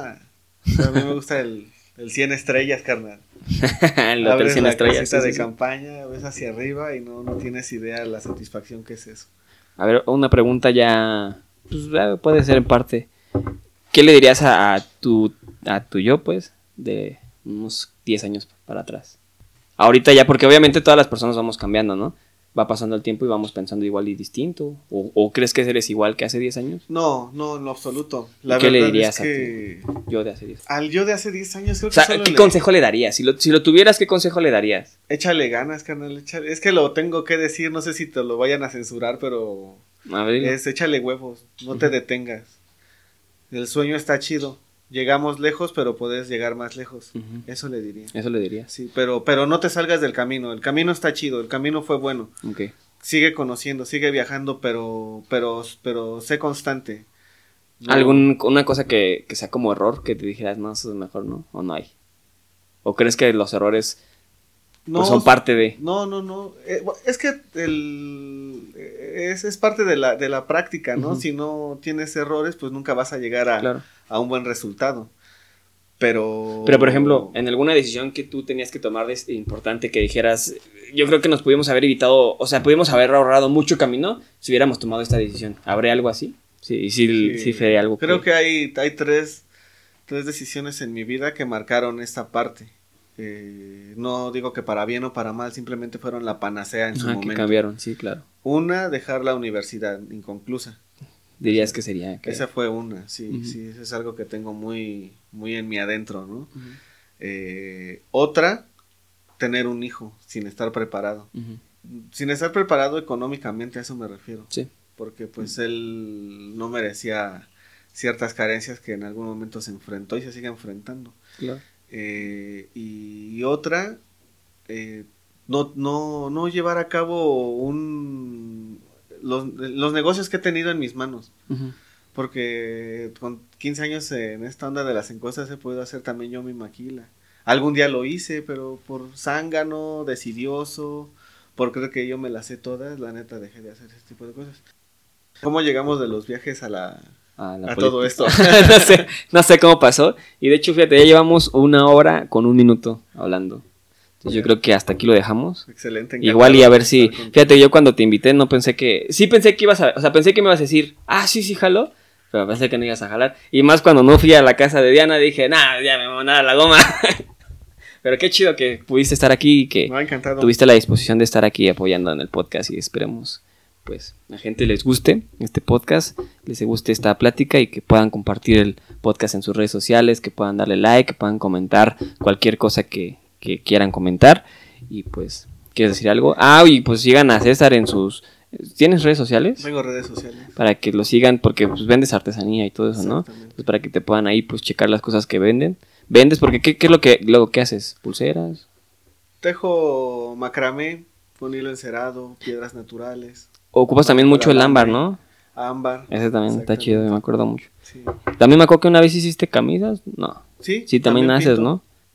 A mí me gusta el 100 estrellas, carnal. El hotel Abres 100 la estrellas. casita Sí, de sí, sí. campaña, ves hacia arriba y no tienes idea de la satisfacción que es eso. A ver, una pregunta ya. Pues puede ser en parte. ¿Qué le dirías a tu yo, pues, de unos 10 años para atrás? Ahorita ya, porque obviamente todas las personas vamos cambiando, ¿no? Va pasando el tiempo y vamos pensando igual y distinto. ¿O crees que eres igual que hace 10 años? No, en lo absoluto. La ¿Qué le verdad dirías es que a tu yo de hace 10 años? al yo de hace 10 años creo O sea, que solo ¿qué consejo le darías? Si lo tuvieras, ¿qué consejo le darías? échale ganas, carnal, échale. Es que lo tengo que decir, no sé si te lo vayan a censurar, pero A ver, dilo. es échale huevos, no te detengas. El sueño está chido. Llegamos lejos, pero puedes llegar más lejos. Ujú. Eso le diría. Eso le dirías. Sí, pero no te salgas del camino. El camino está chido, el camino fue bueno. Ok. Sigue conociendo, sigue viajando, pero sé constante. No- Una cosa que sea como error, que te dijeras, no, eso es mejor, ¿no? ¿O no hay? ¿O crees que los errores no, pues, son parte de...? No. Es que es parte de la práctica, ¿no? Ujú. Si no tienes errores, pues nunca vas a llegar Claro. a un buen resultado. Pero, Pero, por ejemplo, en alguna decisión que tú tenías que tomar importante, que dijeras, yo creo que nos pudimos haber evitado, o sea, pudimos haber ahorrado mucho camino si hubiéramos tomado esta decisión. ¿Habría algo así? Sí, fue algo creo que hay tres decisiones en mi vida que marcaron esta parte. No digo que para bien o para mal, simplemente fueron la panacea en su Ajá, que momento. cambiaron, sí, claro. Una, dejar la universidad inconclusa. Dirías que sería... que- Esa fue una, sí, Ujú. sí, eso es algo que tengo muy, muy en mi adentro, ¿no? Ujú. Otra, tener un hijo sin estar preparado. Ujú. Sin estar preparado económicamente, a eso me refiero. Sí. Porque pues él no merecía ciertas carencias que en algún momento se enfrentó y se sigue enfrentando. Claro. Y otra, no llevar a cabo los negocios que he tenido en mis manos. Ujú. Porque con 15 años en esta onda de las encuestas he podido hacer también yo mi maquila. Algún día lo hice, pero por zángano, decidioso, por creer que yo me las sé todas, la neta dejé de hacer ese tipo de cosas. ¿Cómo llegamos de los viajes a todo esto? no sé cómo pasó. Y de hecho, fíjate, ya llevamos 1 hora con 1 minuto hablando. Entonces yo creo que hasta aquí lo dejamos. Excelente. Igual y a ver encantado si... de estar contigo. Fíjate, yo cuando te invité no pensé que... Sí pensé que ibas a... O sea, pensé que me ibas a decir, sí, jalo. Pero pensé que no ibas a jalar. Y más cuando no fui a la casa de Diana, dije, nah, ya me voy a mandar a la goma. Pero qué chido que pudiste estar aquí y que Me ha encantado. tuviste la disposición de estar aquí apoyando en el podcast. Y esperemos, pues, a la gente les guste este podcast, les guste esta plática y que puedan compartir el podcast en sus redes sociales, que puedan darle like, que puedan comentar cualquier cosa que quieran comentar. Y pues, ¿quieres decir algo? Y pues sigan a César en sus... ¿Tienes redes sociales? Tengo redes sociales. Para que lo sigan, porque pues vendes artesanía y todo eso, ¿no? Exactamente. Pues para que te puedan ahí pues checar las cosas que vendes, porque ¿qué es lo que haces? ¿Pulseras? Tejo macramé con hilo encerado, piedras naturales, Ocupas también mucho el ámbar, ¿no? ámbar. Ese también está chido, me acuerdo mucho. Sí. También me acuerdo que una vez hiciste camisas, no. Sí, Sí, también haces, pinto. ¿no?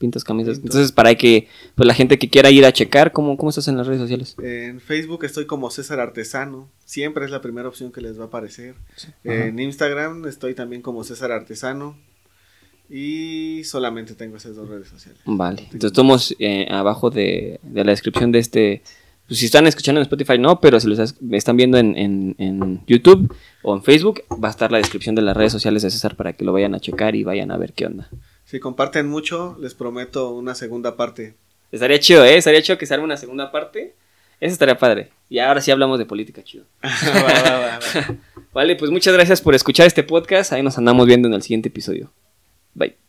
pintas camisas. Entonces, para que pues la gente que quiera ir a checar, ¿cómo estás en las redes sociales? En Facebook estoy como César Artesano, siempre es la primera opción que les va a aparecer. Sí. En Instagram estoy también como César Artesano. Y solamente tengo esas 2 redes sociales. Vale, entonces estamos abajo de la descripción de este. Pues si están escuchando en Spotify no, pero si lo están viendo en YouTube o en Facebook, va a estar la descripción de las redes sociales de César para que lo vayan a checar y vayan a ver qué onda. Si comparten mucho, les prometo una segunda parte. Estaría chido, estaría chido que se arme una segunda parte. Eso estaría padre. Y ahora sí hablamos de política, chido. Va. Vale, pues muchas gracias por escuchar este podcast. Ahí nos andamos viendo en el siguiente episodio. Bye.